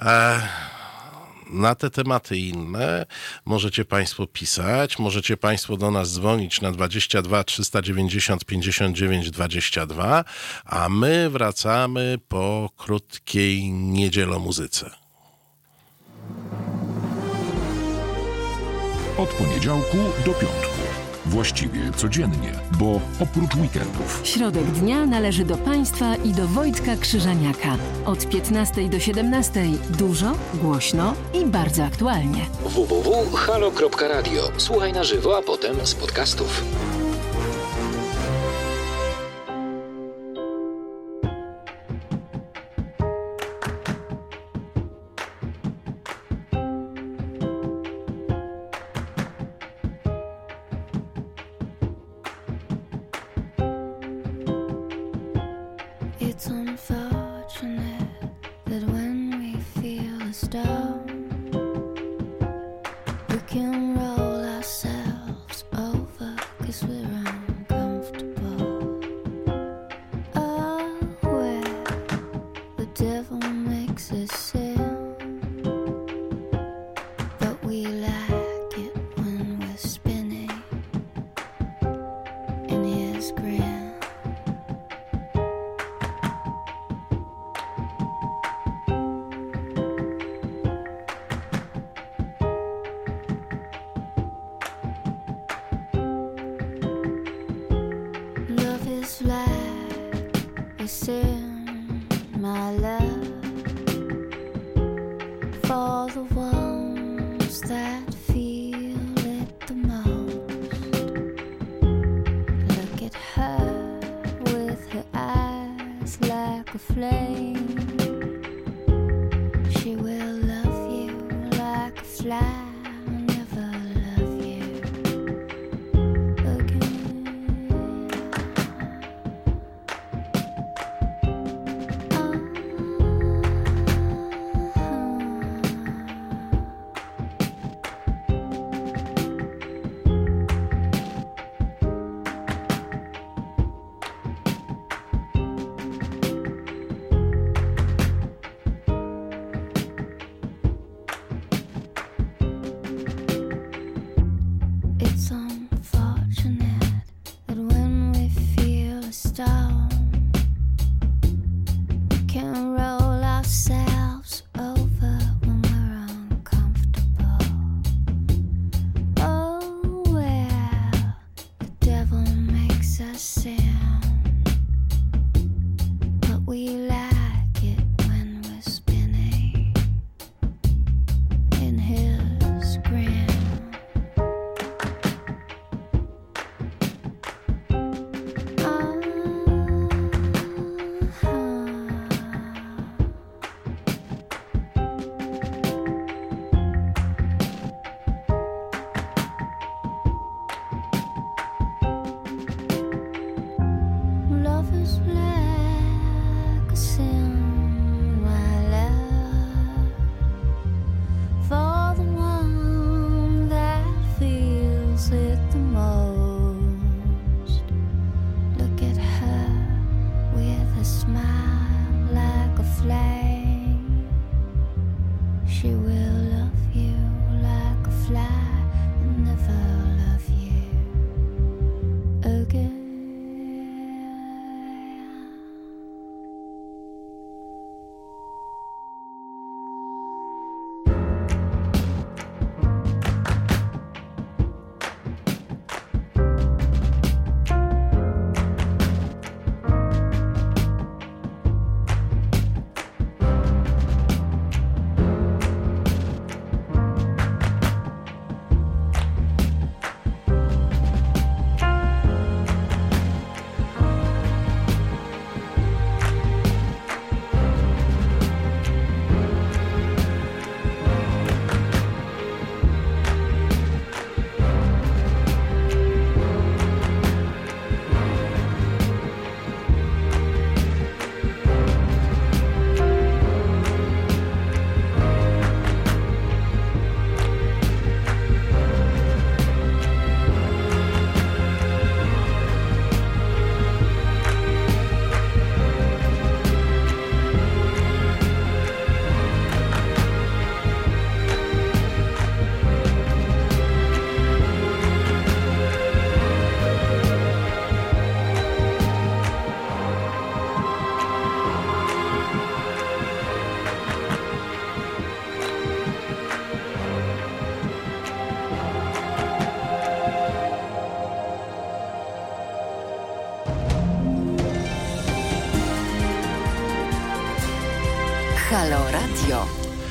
Na te tematy inne możecie państwo pisać, możecie państwo do nas dzwonić na dwadzieścia dwa trzysta dziewięćdziesiąt pięćdziesiąt dziewięć dwadzieścia dwa, a my wracamy po krótkiej niedzielomuzyce. Od poniedziałku do piątku. Właściwie codziennie, bo oprócz weekendów. Środek dnia należy do państwa i do Wojtka Krzyżaniaka. Od piętnastej do siedemnastej dużo, głośno i bardzo aktualnie. w w w kropka halo kropka radio. Słuchaj na żywo, a potem z podcastów. It's unfortunate that when we feel a storm, we can roll ourselves over 'cause we're uncomfortable. Oh, where the devil makes us sin, but we like it when we're spinning in his grin. Love is like a sin, my love, for the ones that feel it the most. Look at her with her eyes like like a flame. She will love you like a fly. Halo Radio.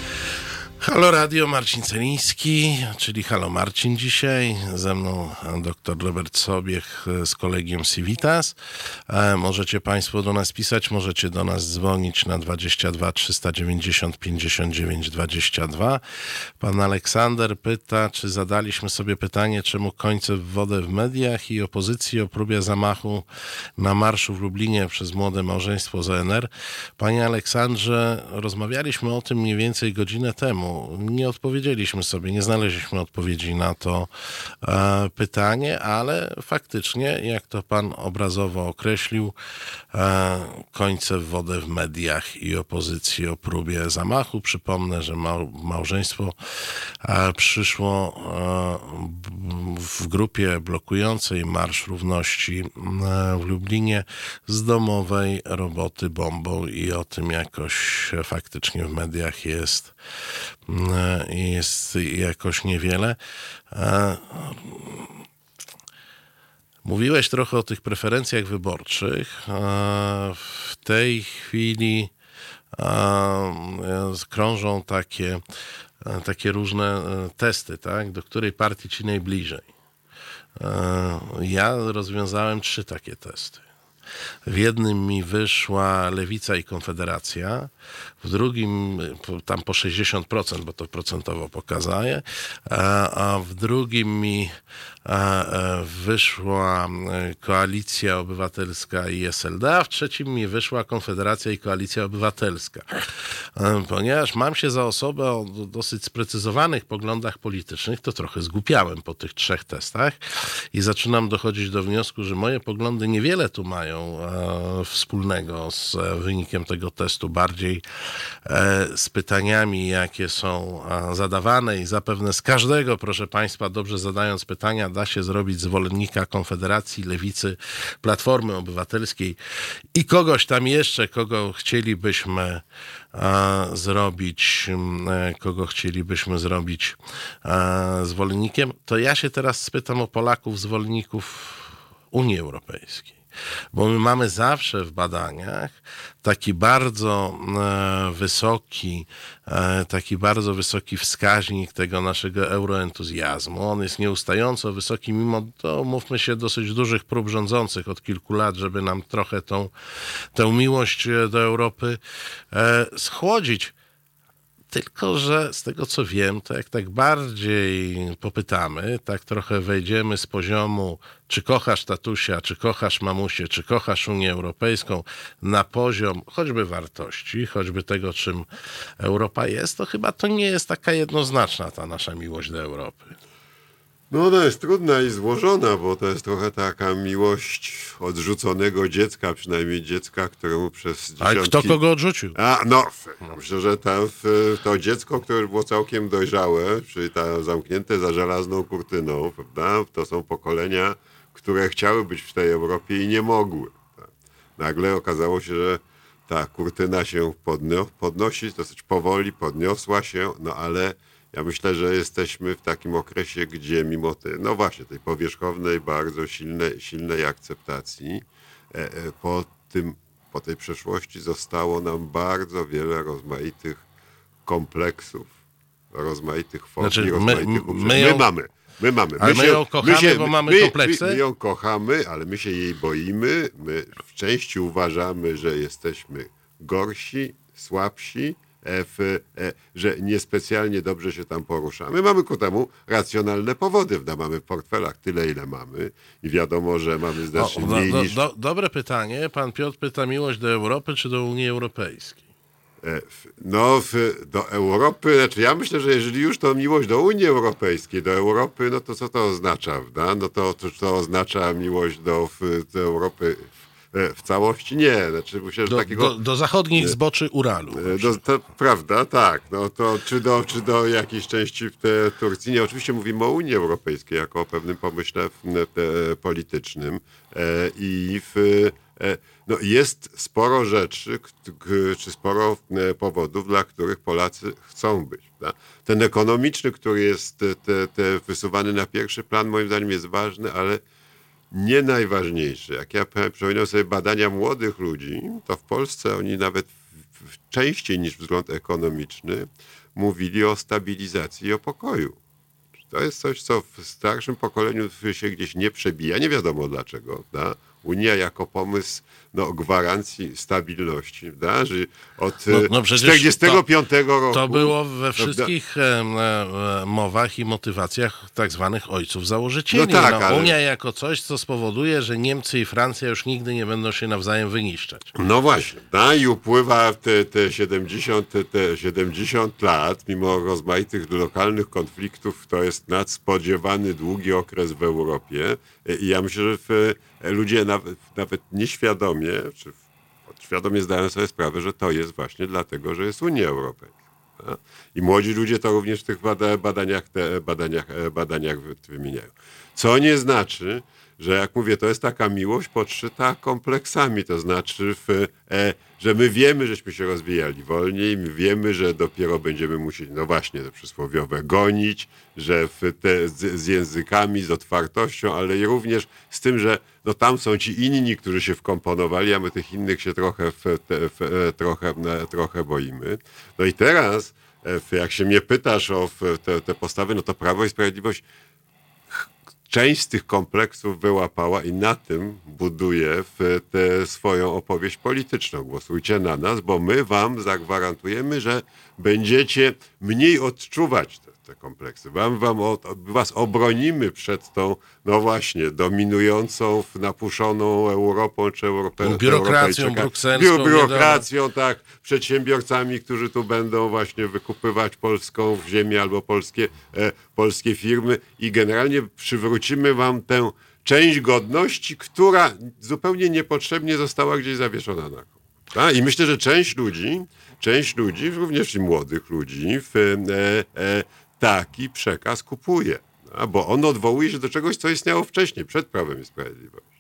Halo Radio, Marcin Celiński, czyli Halo Marcin dzisiaj. Ze mną dr Robert Sobiech z Kolegium Civitas. E, możecie Państwo do nas pisać, możecie do nas dzwonić na dwadzieścia dwa trzysta dziewięćdziesiąt pięćdziesiąt dziewięć dwadzieścia dwa. Pan Aleksander pyta, czy zadaliśmy sobie pytanie, czemu końce w wodę w mediach i opozycji o próbie zamachu na marszu w Lublinie przez młode małżeństwo z O N R. Panie Aleksandrze, rozmawialiśmy o tym mniej więcej godzinę temu. Nie odpowiedzieliśmy sobie, nie znaleźliśmy odpowiedzi na to e, pytanie, ale faktycznie, jak to pan obrazowo określił, e, końce w wodę w mediach i opozycji o próbie zamachu. Przypomnę, że mał, małżeństwo e, przyszło e, w grupie blokującej Marsz Równości e, w Lublinie z domowej roboty bombą i o tym jakoś faktycznie w mediach jest jest jakoś niewiele. Mówiłeś trochę o tych preferencjach wyborczych. W tej chwili krążą takie, takie różne testy, tak? Do której partii ci najbliżej. Ja rozwiązałem trzy takie testy. W jednym mi wyszła Lewica i Konfederacja, w drugim tam po sześćdziesiąt procent, bo to procentowo pokazuje, a, a w drugim mi a, a wyszła Koalicja Obywatelska i S L D, a w trzecim mi wyszła Konfederacja i Koalicja Obywatelska. Ponieważ mam się za osobę o dosyć sprecyzowanych poglądach politycznych, to trochę zgłupiałem po tych trzech testach i zaczynam dochodzić do wniosku, że moje poglądy niewiele tu mają e, wspólnego z wynikiem tego testu, bardziej e, z pytaniami, jakie są e, zadawane i zapewne z każdego, proszę Państwa, dobrze zadając pytania, da się zrobić zwolennika Konfederacji, Lewicy, Platformy Obywatelskiej i kogoś tam jeszcze, kogo chcielibyśmy e, zrobić, e, kogo chcielibyśmy zrobić e, zwolennikiem, to ja się teraz spytam o Polaków, zwolenników Unii Europejskiej. Bo my mamy zawsze w badaniach taki bardzo e, wysoki, e, taki bardzo wysoki wskaźnik tego naszego euroentuzjazmu. On jest nieustająco wysoki, mimo to, mówmy się, dosyć dużych prób rządzących od kilku lat, żeby nam trochę tą, tę miłość do Europy e, schłodzić. Tylko że z tego co wiem, to jak tak bardziej popytamy, tak trochę wejdziemy z poziomu czy kochasz tatusia, czy kochasz mamusię, czy kochasz Unię Europejską na poziom choćby wartości, choćby tego, czym Europa jest, to chyba to nie jest taka jednoznaczna ta nasza miłość do Europy. No ona jest trudna i złożona, bo to jest trochę taka miłość odrzuconego dziecka, przynajmniej dziecka, któremu przez dziesiątki... Ale kto kogo odrzucił? A, no, myślę, że to, to dziecko, które już było całkiem dojrzałe, czyli ta zamknięte za żelazną kurtyną, prawda? To są pokolenia, które chciały być w tej Europie i nie mogły. Tak? Nagle okazało się, że ta kurtyna się podno- podnosi, dosyć powoli podniosła się, no ale ja myślę, że jesteśmy w takim okresie, gdzie mimo tej, no właśnie, tej powierzchownej, bardzo silnej, silnej akceptacji, e, e, po, tym, po tej przeszłości zostało nam bardzo wiele rozmaitych kompleksów, rozmaitych fobii, Znaczy, my- rozmaitych my my, ją- my mamy. My mamy. Ale my się- ją kochamy, bo mamy kompleksy? My, my ją kochamy, ale my się jej boimy. My w części uważamy, że jesteśmy gorsi, słabsi, e, w, e, że niespecjalnie dobrze się tam poruszamy. Mamy ku temu racjonalne powody. No, mamy w portfelach tyle, ile mamy i wiadomo, że mamy znacznie O, do, mniej do, niż... do, dobre pytanie. Pan Piotr pyta miłość do Europy czy do Unii Europejskiej? E, w- No, w, do Europy, znaczy ja myślę, że jeżeli już to miłość do Unii Europejskiej, do Europy, no to co to oznacza, prawda? No to, to, to oznacza miłość do, w, do Europy w, w całości? Nie, znaczy myślę, że Do, takiego... do, do zachodnich zboczy Uralu. E, Do, to, prawda, tak. No to czy do, czy do jakiejś części w te Turcji? Nie, oczywiście mówimy o Unii Europejskiej jako o pewnym pomyśle w, e, politycznym e, i w, e, no jest sporo rzeczy, k- k- czy sporo e, powodów, dla których Polacy chcą być. Prawda? Ten ekonomiczny, który jest e, te, te wysuwany na pierwszy plan, moim zdaniem jest ważny, ale nie najważniejszy. Jak ja pe- przypominam sobie badania młodych ludzi, to w Polsce oni nawet w, w, częściej niż wzgląd ekonomiczny mówili o stabilizacji i o pokoju. To jest coś, co w starszym pokoleniu się gdzieś nie przebija. Nie wiadomo dlaczego. Da? Unia jako pomysł no, gwarancji stabilności. Da? Że od No, no przecież czterdziestego piątego roku... To było we prawda? wszystkich e, e, mowach i motywacjach tak zwanych ojców założycieli. No tak, no, ale- Unia jako coś, co spowoduje, że Niemcy i Francja już nigdy nie będą się nawzajem wyniszczać. No właśnie, da, i upływa te, te, siedemdziesiąt, te, te siedemdziesiąt lat, mimo rozmaitych lokalnych konfliktów, to jest nadspodziewany długi okres w Europie i ja myślę, że w, ludzie nawet, nawet nieświadomie, czy świadomie zdają sobie sprawę, że to jest właśnie dlatego, że jest Unia Europejska. Da? I młodzi ludzie to również w tych bada, badaniach, te badaniach, badaniach wymieniają. Co nie znaczy, że jak mówię, to jest taka miłość podszyta kompleksami, to znaczy, w, e, że my wiemy, żeśmy się rozwijali wolniej, my wiemy, że dopiero będziemy musieli, no właśnie, to przysłowiowe, gonić, że w te, z, z językami, z otwartością, ale i również z tym, że no tam są ci inni, którzy się wkomponowali, a my tych innych się trochę, w, te, w, e, trochę, e, trochę boimy. No i teraz, e, w, jak się mnie pytasz o w, te, te postawy, no to Prawo i Sprawiedliwość część z tych kompleksów wyłapała i na tym buduje w tę swoją opowieść polityczną. Głosujcie na nas, bo my wam zagwarantujemy, że będziecie mniej odczuwać te, te kompleksy. Wam, wam od, was obronimy przed tą, no właśnie, dominującą, napuszoną Europą czy Europe, biurokracją brukselską. Biur, biurokracją, tak, przedsiębiorcami, którzy tu będą właśnie wykupywać polską ziemię albo polskie, e, polskie firmy i generalnie przywrócimy wam tę część godności, która zupełnie niepotrzebnie została gdzieś zawieszona na koło. Tak? I myślę, że część ludzi, część ludzi, również i młodych ludzi, w, e, e, taki przekaz kupuje. A, bo on odwołuje się do czegoś, co istniało wcześniej, przed Prawem i Sprawiedliwością.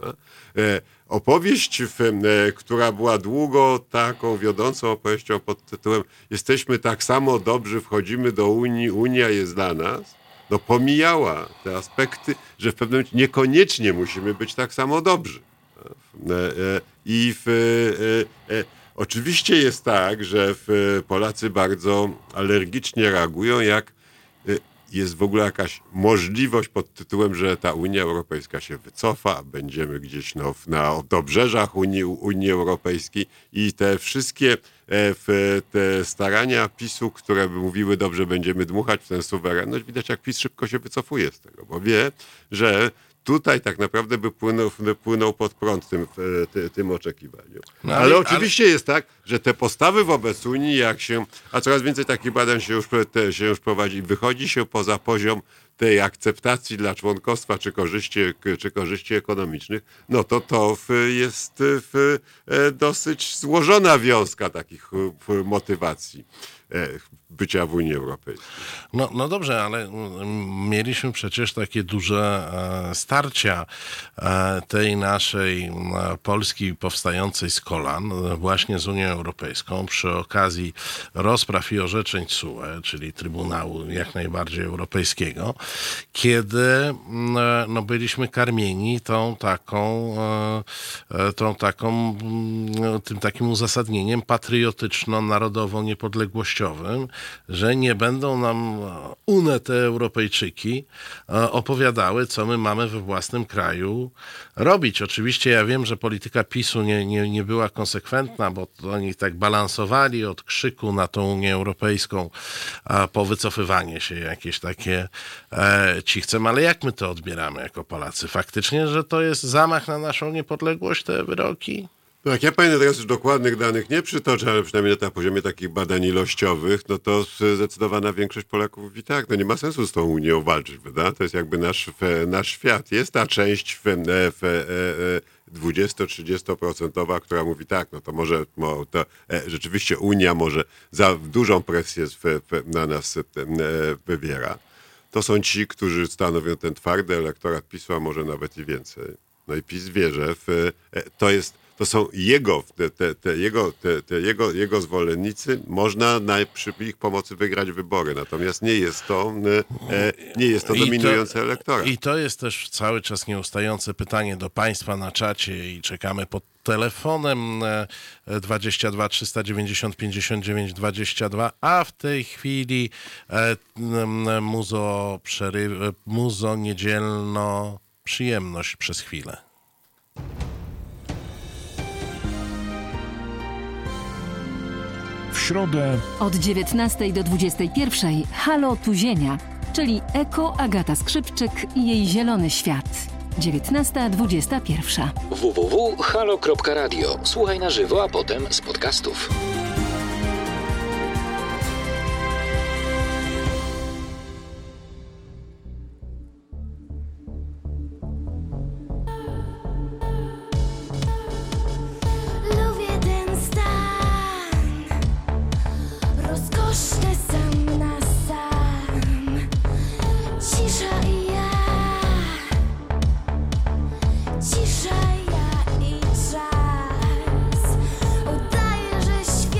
E, opowieść, w, e, która była długo taką wiodącą opowieścią pod tytułem jesteśmy tak samo dobrzy, wchodzimy do Unii, Unia jest dla nas, no pomijała te aspekty, że w pewnym momencie niekoniecznie musimy być tak samo dobrzy. E, e, I w, e, e, oczywiście jest tak, że w, Polacy bardzo alergicznie reagują, jak e, jest w ogóle jakaś możliwość pod tytułem, że ta Unia Europejska się wycofa, będziemy gdzieś no, na obrzeżach Unii, Unii Europejskiej i te wszystkie e, w, te starania PiSu, które by mówiły, dobrze, będziemy dmuchać w tę suwerenność, widać jak PiS szybko się wycofuje z tego, bo wie, że tutaj tak naprawdę by płynął, płynął pod prąd tym, tym, tym oczekiwaniu. No, ale, ale oczywiście ale... jest tak, że te postawy wobec Unii, jak się, a coraz więcej takich badań się już, te, się już prowadzi, wychodzi się poza poziom tej akceptacji dla członkostwa czy korzyści, czy korzyści ekonomicznych, no to to jest w, dosyć złożona wiązka takich motywacji bycia w Unii Europejskiej. No, no dobrze, ale mieliśmy przecież takie duże starcia tej naszej Polski powstającej z kolan właśnie z Unią Europejską przy okazji rozpraw i orzeczeń T S U E, czyli Trybunału jak najbardziej Europejskiego, kiedy no, byliśmy karmieni tą taką, tą taką, tym takim uzasadnieniem patriotyczno-narodowo-niepodległościowym, że nie będą nam une te Europejczyki opowiadały, co my mamy we własnym kraju robić. Oczywiście ja wiem, że polityka PiSu nie, nie, nie była konsekwentna, bo oni tak balansowali od krzyku na tą Unię Europejską a po wycofywanie się jakieś takie e, cichcem, ale jak my to odbieramy jako Polacy? Faktycznie, że to jest zamach na naszą niepodległość, te wyroki? Tak, ja pamiętam, teraz już dokładnych danych nie przytoczę, ale przynajmniej na poziomie takich badań ilościowych, no to zdecydowana większość Polaków mówi tak, no nie ma sensu z tą Unią walczyć, prawda? To jest jakby nasz, nasz świat. Jest ta część w, w, w, dwudziesto-trzydziesto procentowa, która mówi tak, no to może to, e, rzeczywiście Unia może za dużą presję w, w, na nas e, wywiera. To są ci, którzy stanowią ten twardy elektorat PiSu, a może nawet i więcej. No i PiS wie, że w, e, to jest To są jego, te, te, te jego, te, te jego, jego zwolennicy, można na, przy ich pomocy wygrać wybory, natomiast nie jest to, e, nie jest to dominujący elektorat. I to jest też cały czas nieustające pytanie do Państwa na czacie i czekamy pod telefonem dwadzieścia dwa trzysta dziewięćdziesiąt pięćdziesiąt dziewięć dwadzieścia dwa, a w tej chwili e, muzo, przeryw, muzo niedzielno przyjemność przez chwilę. W środę od dziewiętnastej do dwudziestej pierwszej Halo Tuzienia, czyli Eko Agata Skrzypczyk i jej zielony świat. dziewiętnasta dwudziesta pierwsza. w w w kropka halo kropka radio. Słuchaj na żywo, a potem z podcastów. Cisza ja i czas udaje, że świat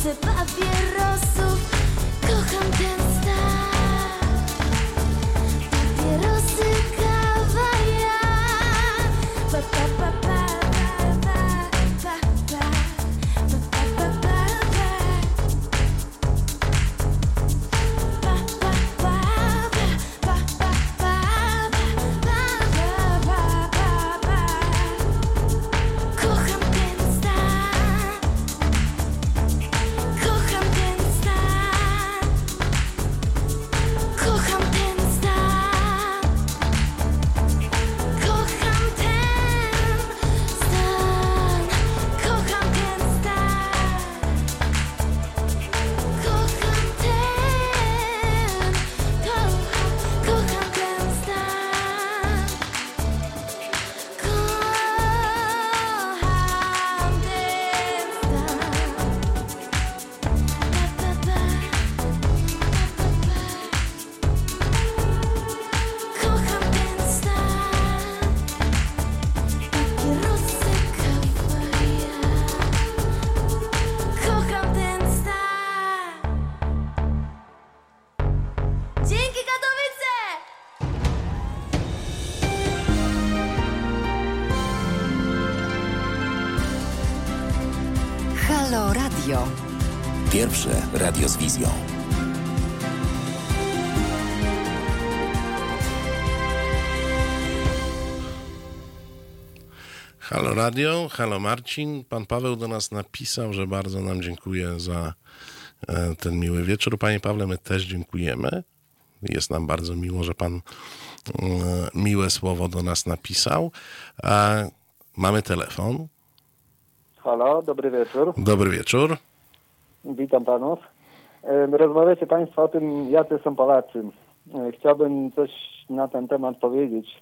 chcę papierosów. Kocham ten stan. Papierosy, kawa, ja. Pa, pa, pa, pa, pa, pa, pa, pa, pa, pa, pa, pa. Kocham ten stan. Kocham ten stan. Kocham ten stan. Kocham ten stan. Kocham ten stan. Kocham ten. Kocham, kocham ten stan. Kocham ten stan. Pa, pa, pa. Kocham ten stan. Papierosy, kawa, ja. Kocham ten stan. Dzięki, Katowice! Halo Radio. Pierwsze radio z wizją. Halo Radio, halo Marcin. Pan Paweł do nas napisał, że bardzo nam dziękuję za e, ten miły wieczór. Panie Pawle, my też dziękujemy. Jest nam bardzo miło, że pan e, miłe słowo do nas napisał. E, mamy telefon. Halo, dobry wieczór. Dobry wieczór. Witam panów. Em, Rozmawiacie państwo o tym, jacy są Polacy. E, Chciałbym coś na ten temat powiedzieć.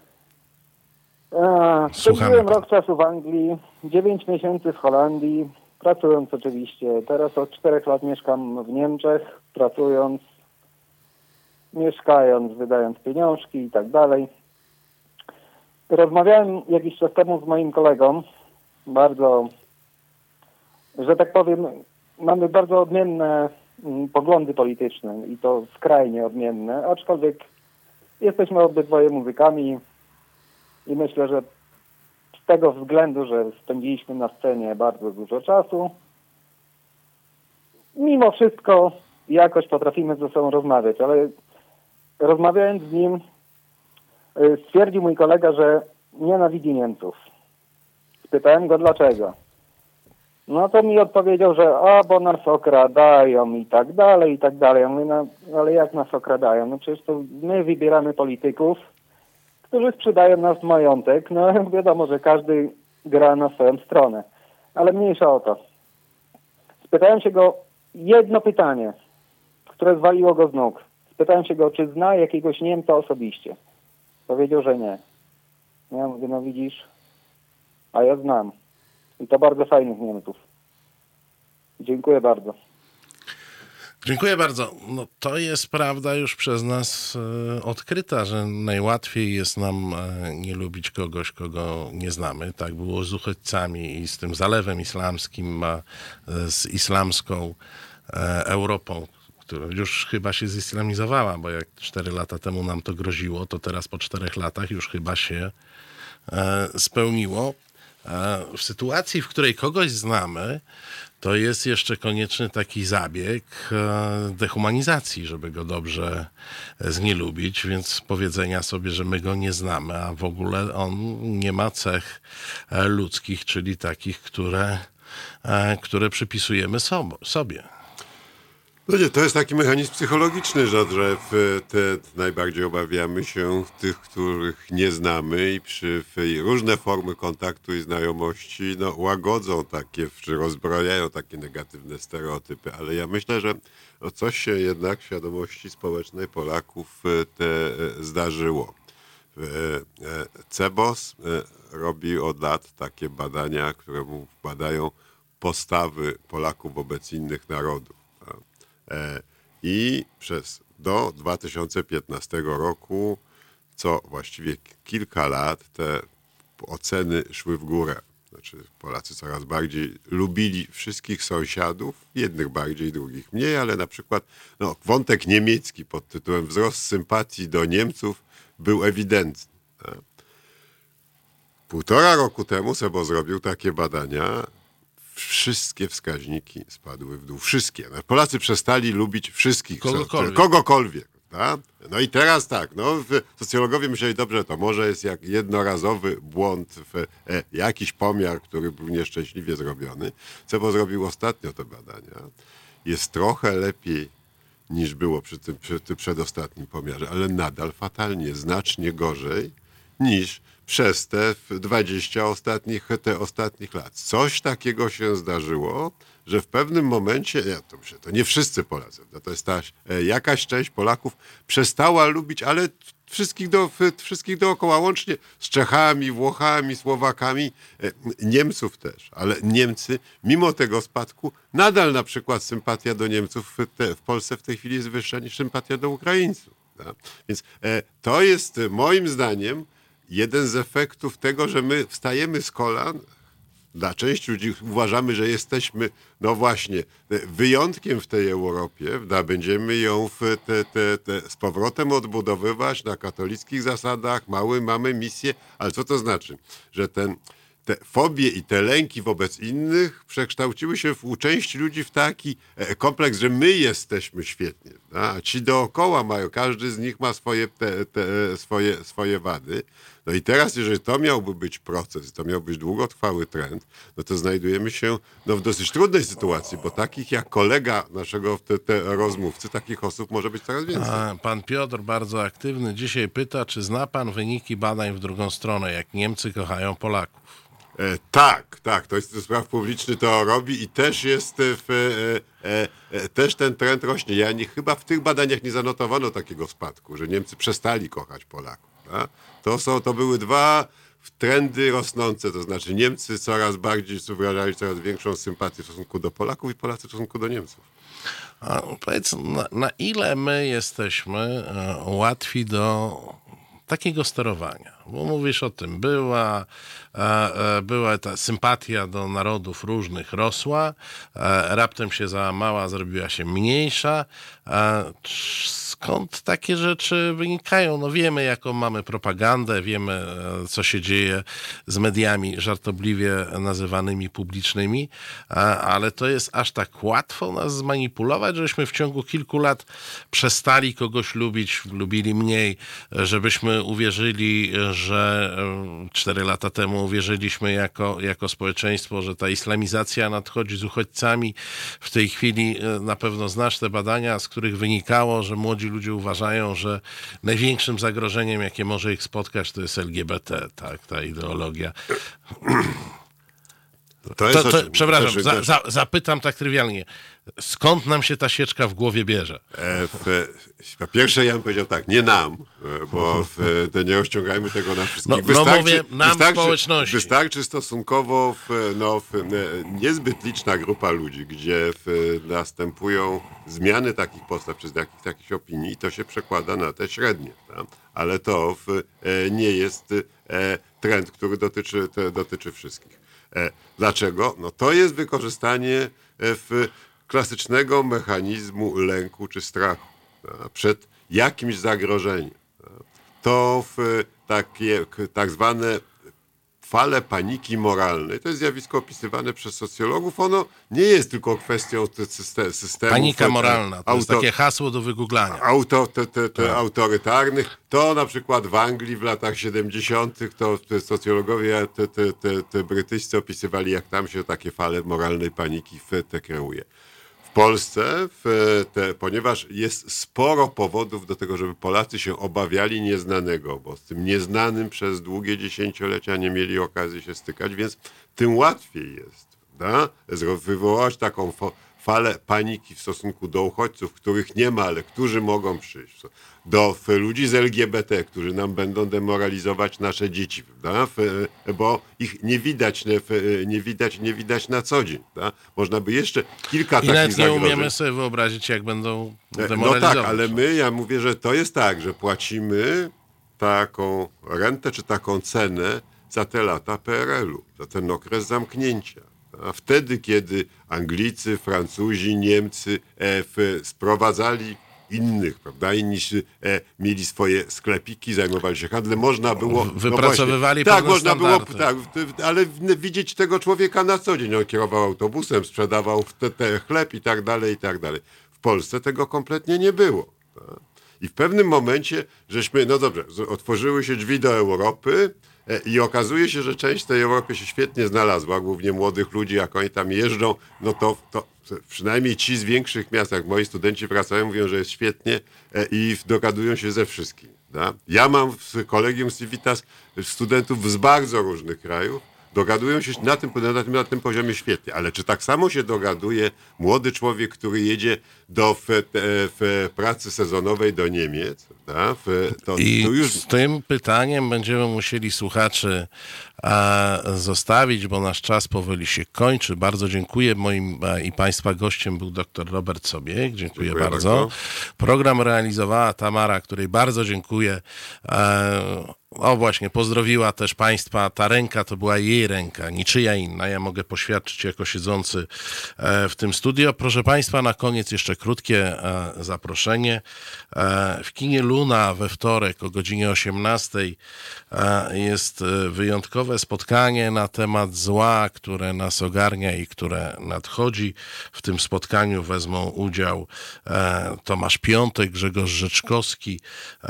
E, Spędziłem rok czasu w Anglii, dziewięć miesięcy w Holandii, pracując oczywiście. Teraz od czterech lat mieszkam w Niemczech, pracując, mieszkając, wydając pieniążki i tak dalej. Rozmawiałem jakiś czas temu z moim kolegą, bardzo, że tak powiem, mamy bardzo odmienne mm, poglądy polityczne i to skrajnie odmienne, aczkolwiek jesteśmy obydwoje muzykami i myślę, że z tego względu, że spędziliśmy na scenie bardzo dużo czasu, mimo wszystko jakoś potrafimy ze sobą rozmawiać, ale rozmawiając z nim, y, stwierdził mój kolega, że nienawidzi Niemców. Spytałem go dlaczego. No to mi odpowiedział, że a, bo nas okradają i tak dalej, i tak dalej. Ja mówię, no, ale jak nas okradają? No przecież to my wybieramy polityków, którzy sprzedają nas majątek. No wiadomo, że każdy gra na swoją stronę. Ale mniejsza o to. Spytałem się go jedno pytanie, które zwaliło go z nóg. Spytałem się go, czy zna jakiegoś Niemca osobiście. Powiedział, że nie. Ja mówię, no widzisz, a ja znam. I to bardzo fajnych Niemców. Dziękuję bardzo. Dziękuję bardzo. No, to jest prawda już przez nas e, odkryta, że najłatwiej jest nam e, nie lubić kogoś, kogo nie znamy. Tak było z uchodźcami i z tym zalewem islamskim, a, e, z islamską e, Europą, która już chyba się zislamizowała, bo jak cztery lata temu nam to groziło, to teraz po czterech latach już chyba się e, spełniło. E, w sytuacji, w której kogoś znamy, to jest jeszcze konieczny taki zabieg e, dehumanizacji, żeby go dobrze znielubić, więc powiedzenia sobie, że my go nie znamy, a w ogóle on nie ma cech e, ludzkich, czyli takich, które, e, które przypisujemy sobo, sobie. No nie, to jest taki mechanizm psychologiczny, że, że w te najbardziej obawiamy się tych, których nie znamy i przy w różne formy kontaktu i znajomości no, łagodzą takie, czy rozbrajają takie negatywne stereotypy. Ale ja myślę, że no, coś się jednak w świadomości społecznej Polaków te zdarzyło. Cebos robi od lat takie badania, które badają postawy Polaków wobec innych narodów. I przez do dwa tysiące piętnastego roku, co właściwie kilka lat, te oceny szły w górę. Znaczy Polacy coraz bardziej lubili wszystkich sąsiadów, jednych bardziej, drugich mniej, ale na przykład no, wątek niemiecki pod tytułem wzrost sympatii do Niemców był ewidentny. Tak? Półtora roku temu Sebo zrobił takie badania, wszystkie wskaźniki spadły w dół. Wszystkie. No, Polacy przestali lubić wszystkich. Kogokolwiek. Kogokolwiek. Tak? No i teraz tak, no, socjologowie myśleli, dobrze, to może jest jak jednorazowy błąd, w, e, jakiś pomiar, który był nieszczęśliwie zrobiony. Sebo zrobił ostatnio te badania. Jest trochę lepiej niż było przy tym, przy tym przedostatnim pomiarze, ale nadal fatalnie, znacznie gorzej niż przez te dwadzieścia ostatnich, te ostatnich lat. Coś takiego się zdarzyło, że w pewnym momencie, ja to myślę, to nie wszyscy Polacy, to jest ta e, jakaś część Polaków przestała lubić, ale wszystkich, do, wszystkich dookoła, łącznie z Czechami, Włochami, Słowakami, e, Niemców też, ale Niemcy mimo tego spadku nadal na przykład sympatia do Niemców w, te, w Polsce w tej chwili jest wyższa niż sympatia do Ukraińców. Tak? Więc e, to jest moim zdaniem jeden z efektów tego, że my wstajemy z kolan. Dla części ludzi uważamy, że jesteśmy, no właśnie, wyjątkiem w tej Europie. Da, będziemy ją w te, te, te z powrotem odbudowywać na katolickich zasadach. Mały, mamy misję, ale co to znaczy? Że ten, te fobie i te lęki wobec innych przekształciły się w, u części ludzi w taki kompleks, że my jesteśmy świetni, da? A ci dookoła mają, każdy z nich ma swoje, te, te, swoje, swoje wady. No i teraz, jeżeli to miałby być proces, to miał być długotrwały trend, no to znajdujemy się no, w dosyć trudnej sytuacji, bo takich jak kolega naszego te, te rozmówcy, takich osób może być coraz więcej. A, pan Piotr, bardzo aktywny, dzisiaj pyta, czy zna pan wyniki badań w drugą stronę, jak Niemcy kochają Polaków? E, tak, tak, to jest spraw publiczny, to robi i też jest w, e, e, e, też ten trend rośnie. Ja nie, chyba w tych badaniach nie zanotowano takiego spadku, że Niemcy przestali kochać Polaków. Tak? To, są, to były dwa trendy rosnące, to znaczy Niemcy coraz bardziej wyrażali coraz większą sympatię w stosunku do Polaków i Polacy w stosunku do Niemców. A powiedz, na, na ile my jesteśmy e, łatwi do takiego sterowania? Bo mówisz o tym, była, e, e, była ta sympatia do narodów różnych rosła, e, raptem się załamała, zrobiła się mniejsza. E, skąd takie rzeczy wynikają? No wiemy, jaką mamy propagandę, wiemy, e, co się dzieje z mediami żartobliwie nazywanymi publicznymi, e, ale to jest aż tak łatwo nas zmanipulować, żeśmy w ciągu kilku lat przestali kogoś lubić, lubili mniej, żebyśmy uwierzyli, że cztery lata temu uwierzyliśmy jako, jako społeczeństwo, że ta islamizacja nadchodzi z uchodźcami. W tej chwili na pewno znasz te badania, z których wynikało, że młodzi ludzie uważają, że największym zagrożeniem, jakie może ich spotkać, to jest L G B T, tak, ta ideologia. To jest to, to, oczy- przepraszam, też- za, też- za, zapytam tak trywialnie. Skąd nam się ta sieczka w głowie bierze? E, w, po pierwsze ja bym powiedział tak, nie nam, e, bo w, te nie rozciągajmy tego na wszystkich. No, no mówię nam, społeczności. Wystarczy stosunkowo w, no, w, e, niezbyt liczna grupa ludzi, gdzie w, następują zmiany takich postaw przez takich, takich opinii i to się przekłada na te średnie. Tak? Ale to w, e, nie jest e, trend, który dotyczy, te, dotyczy wszystkich. E, dlaczego? No to jest wykorzystanie e, w klasycznego mechanizmu lęku czy strachu a, przed jakimś zagrożeniem. A. To w takie k- tak zwane fale paniki moralnej, to jest zjawisko opisywane przez socjologów, ono nie jest tylko kwestią te- syste- systemów... Panika te- moralna, to jest auto- takie hasło do wygooglania. Auto, te, te, te Tak. autorytarnych. To na przykład w Anglii w latach siedemdziesiątych to te socjologowie te, te, te, te brytyjscy opisywali, jak tam się takie fale moralnej paniki w te kreuje. W Polsce, w te, ponieważ jest sporo powodów do tego, żeby Polacy się obawiali nieznanego, bo z tym nieznanym przez długie dziesięciolecia nie mieli okazji się stykać, więc tym łatwiej jest, da? Zro- wywołać taką fo- falę paniki w stosunku do uchodźców, których nie ma, ale którzy mogą przyjść. Do f, ludzi z L G B T, którzy nam będą demoralizować nasze dzieci, da? F, bo ich nie widać, nie, f, nie widać, nie widać na co dzień. Da? Można by jeszcze kilka I takich nawet nie zagrożeń. umiemy sobie wyobrazić, jak będą No demoralizować. tak, ale my, ja mówię, że to jest tak, że płacimy taką rentę czy taką cenę za te lata P R L u, za ten okres zamknięcia. A wtedy, kiedy Anglicy, Francuzi, Niemcy e, w, sprowadzali innych, prawda, inni e, mieli swoje sklepiki, zajmowali się handlem, można było... Wypracowywali no właśnie, tak, można standardy. było, tak, ale widzieć tego człowieka na co dzień. On kierował autobusem, sprzedawał te, te chleb i tak dalej, i tak dalej. W Polsce tego kompletnie nie było. Tak? I w pewnym momencie, żeśmy, no dobrze, otworzyły się drzwi do Europy e, i okazuje się, że część tej Europy się świetnie znalazła, głównie młodych ludzi, jak oni tam jeżdżą, no to, to przynajmniej ci z większych miast, jak moi studenci wracają, mówią, że jest świetnie e, i dogadują się ze wszystkim. Da? Ja mam w Collegium Civitas studentów z bardzo różnych krajów, dogadują się na tym, na, tym, na tym poziomie świetnie, ale czy tak samo się dogaduje młody człowiek, który jedzie do w, w pracy sezonowej do Niemiec? Da? W, to, I to już... z tym pytaniem będziemy musieli słuchaczy a, zostawić, bo nasz czas powoli się kończy. Bardzo dziękuję. Moim a, i Państwa gościem był dr Robert Sobiech. Dziękuję, dziękuję bardzo. bardzo. Program realizowała Tamara, której bardzo dziękuję. A, O właśnie, pozdrowiła też Państwa. Ta ręka to była jej ręka, niczyja inna. Ja mogę poświadczyć jako siedzący w tym studio. Proszę Państwa, na koniec jeszcze krótkie zaproszenie. W kinie Luna we wtorek o godzinie osiemnastej jest wyjątkowe spotkanie na temat zła, które nas ogarnia i które nadchodzi. W tym spotkaniu wezmą udział Tomasz Piątek, Grzegorz Rzeczkowski,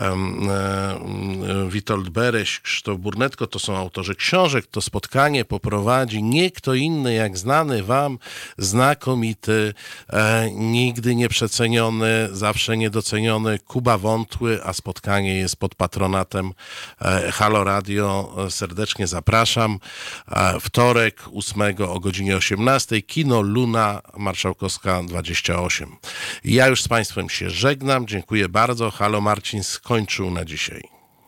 Witold Bereś, Krzysztof Burnetko, to są autorzy książek. To spotkanie poprowadzi nie kto inny jak znany wam, znakomity, e, nigdy nieprzeceniony, zawsze niedoceniony Kuba Wątły, a spotkanie jest pod patronatem e, Halo Radio. Serdecznie zapraszam. E, wtorek ósmego o godzinie osiemnastej, kino Luna, Marszałkowska dwadzieścia osiem. Ja już z Państwem się żegnam. Dziękuję bardzo. Halo Marcin skończył na dzisiaj.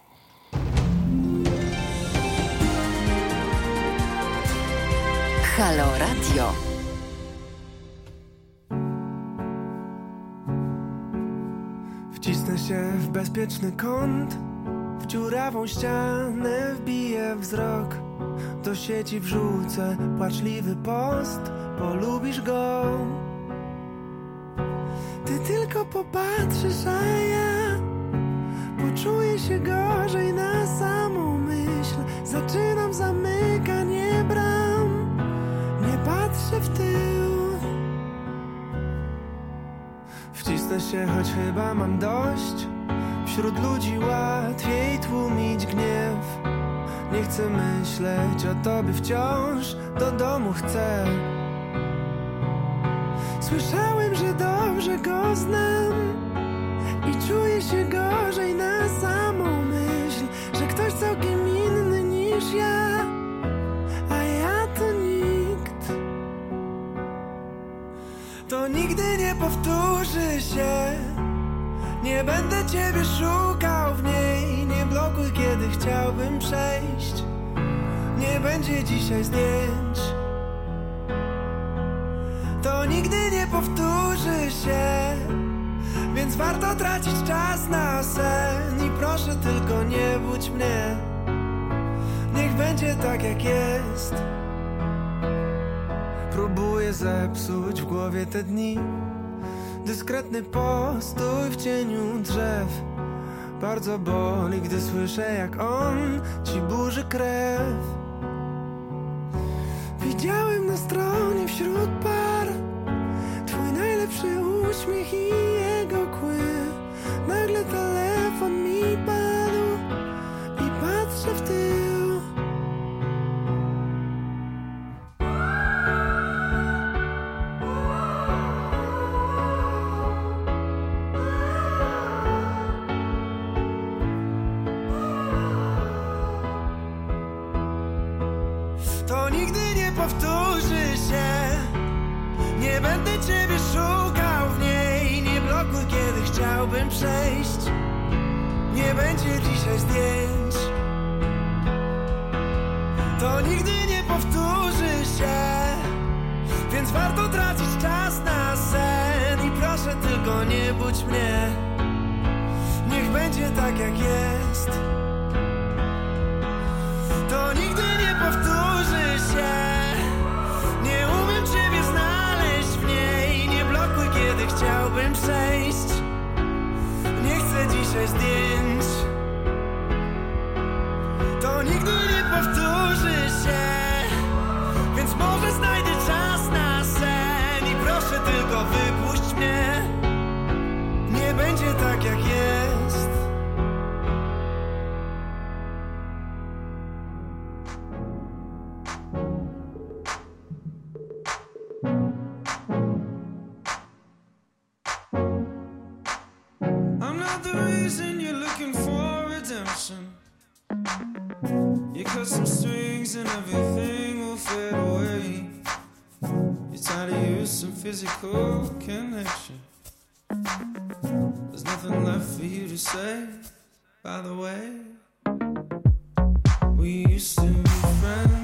Halo Radio. Wcisnę się w bezpieczny kąt, w dziurawą ścianę wbiję wzrok, do sieci wrzucę płaczliwy post, polubisz go. Ty tylko popatrzysz, a ja poczuję się gorzej na samą myśl. Zaczynam zamykanie bram, nie patrzę w tył. Wcisnę się, choć chyba mam dość. Wśród ludzi łatwiej tłumić gniew. Nie chcę myśleć o tobie wciąż, do domu chcę. Słyszałem, że dobrze go znam i czuję się gorzej na samą myśl, że ktoś całkiem inny niż ja, a ja to nikt. To nigdy nie powtórzy się. Nie będę ciebie szukał w niej. Nie blokuj, kiedy chciałbym przejść. Nie będzie dzisiaj zdjęć. To nigdy nie powtórzy się. Więc warto tracić czas na sen. I proszę tylko nie budź mnie. Niech będzie tak jak jest. Próbuję zepsuć w głowie te dni. Dyskretny postój w cieniu drzew. Bardzo boli, gdy słyszę, jak on ci burzy krew. Widziałem na stronie wśród par twój najlepszy uśmiech i jego kły. Nagle telefon mi padł i patrzę w tył. To nigdy nie powtórzy się. Nie będę ciebie szukał w niej. Nie blokuj, kiedy chciałbym przejść. Nie będzie dzisiaj zdjęć. To nigdy nie powtórzy się. Więc warto tracić czas na sen. I proszę tylko nie budź mnie. Niech będzie tak jak jest. To nigdy nie powtórzy się. Nie umiem ciebie znaleźć w niej. Nie blokuj, kiedy chciałbym przejść. Nie chcę dzisiaj zdjęć. To nigdy nie powtórzy się. Więc może znajdę czas na sen. I proszę tylko wypuść mnie. Nie będzie tak jak jest. I'm not the reason you're looking for redemption. You cut some strings and everything will fade away. You're tired of use some physical connection. There's nothing left for you to say. By the way, we used to be friends.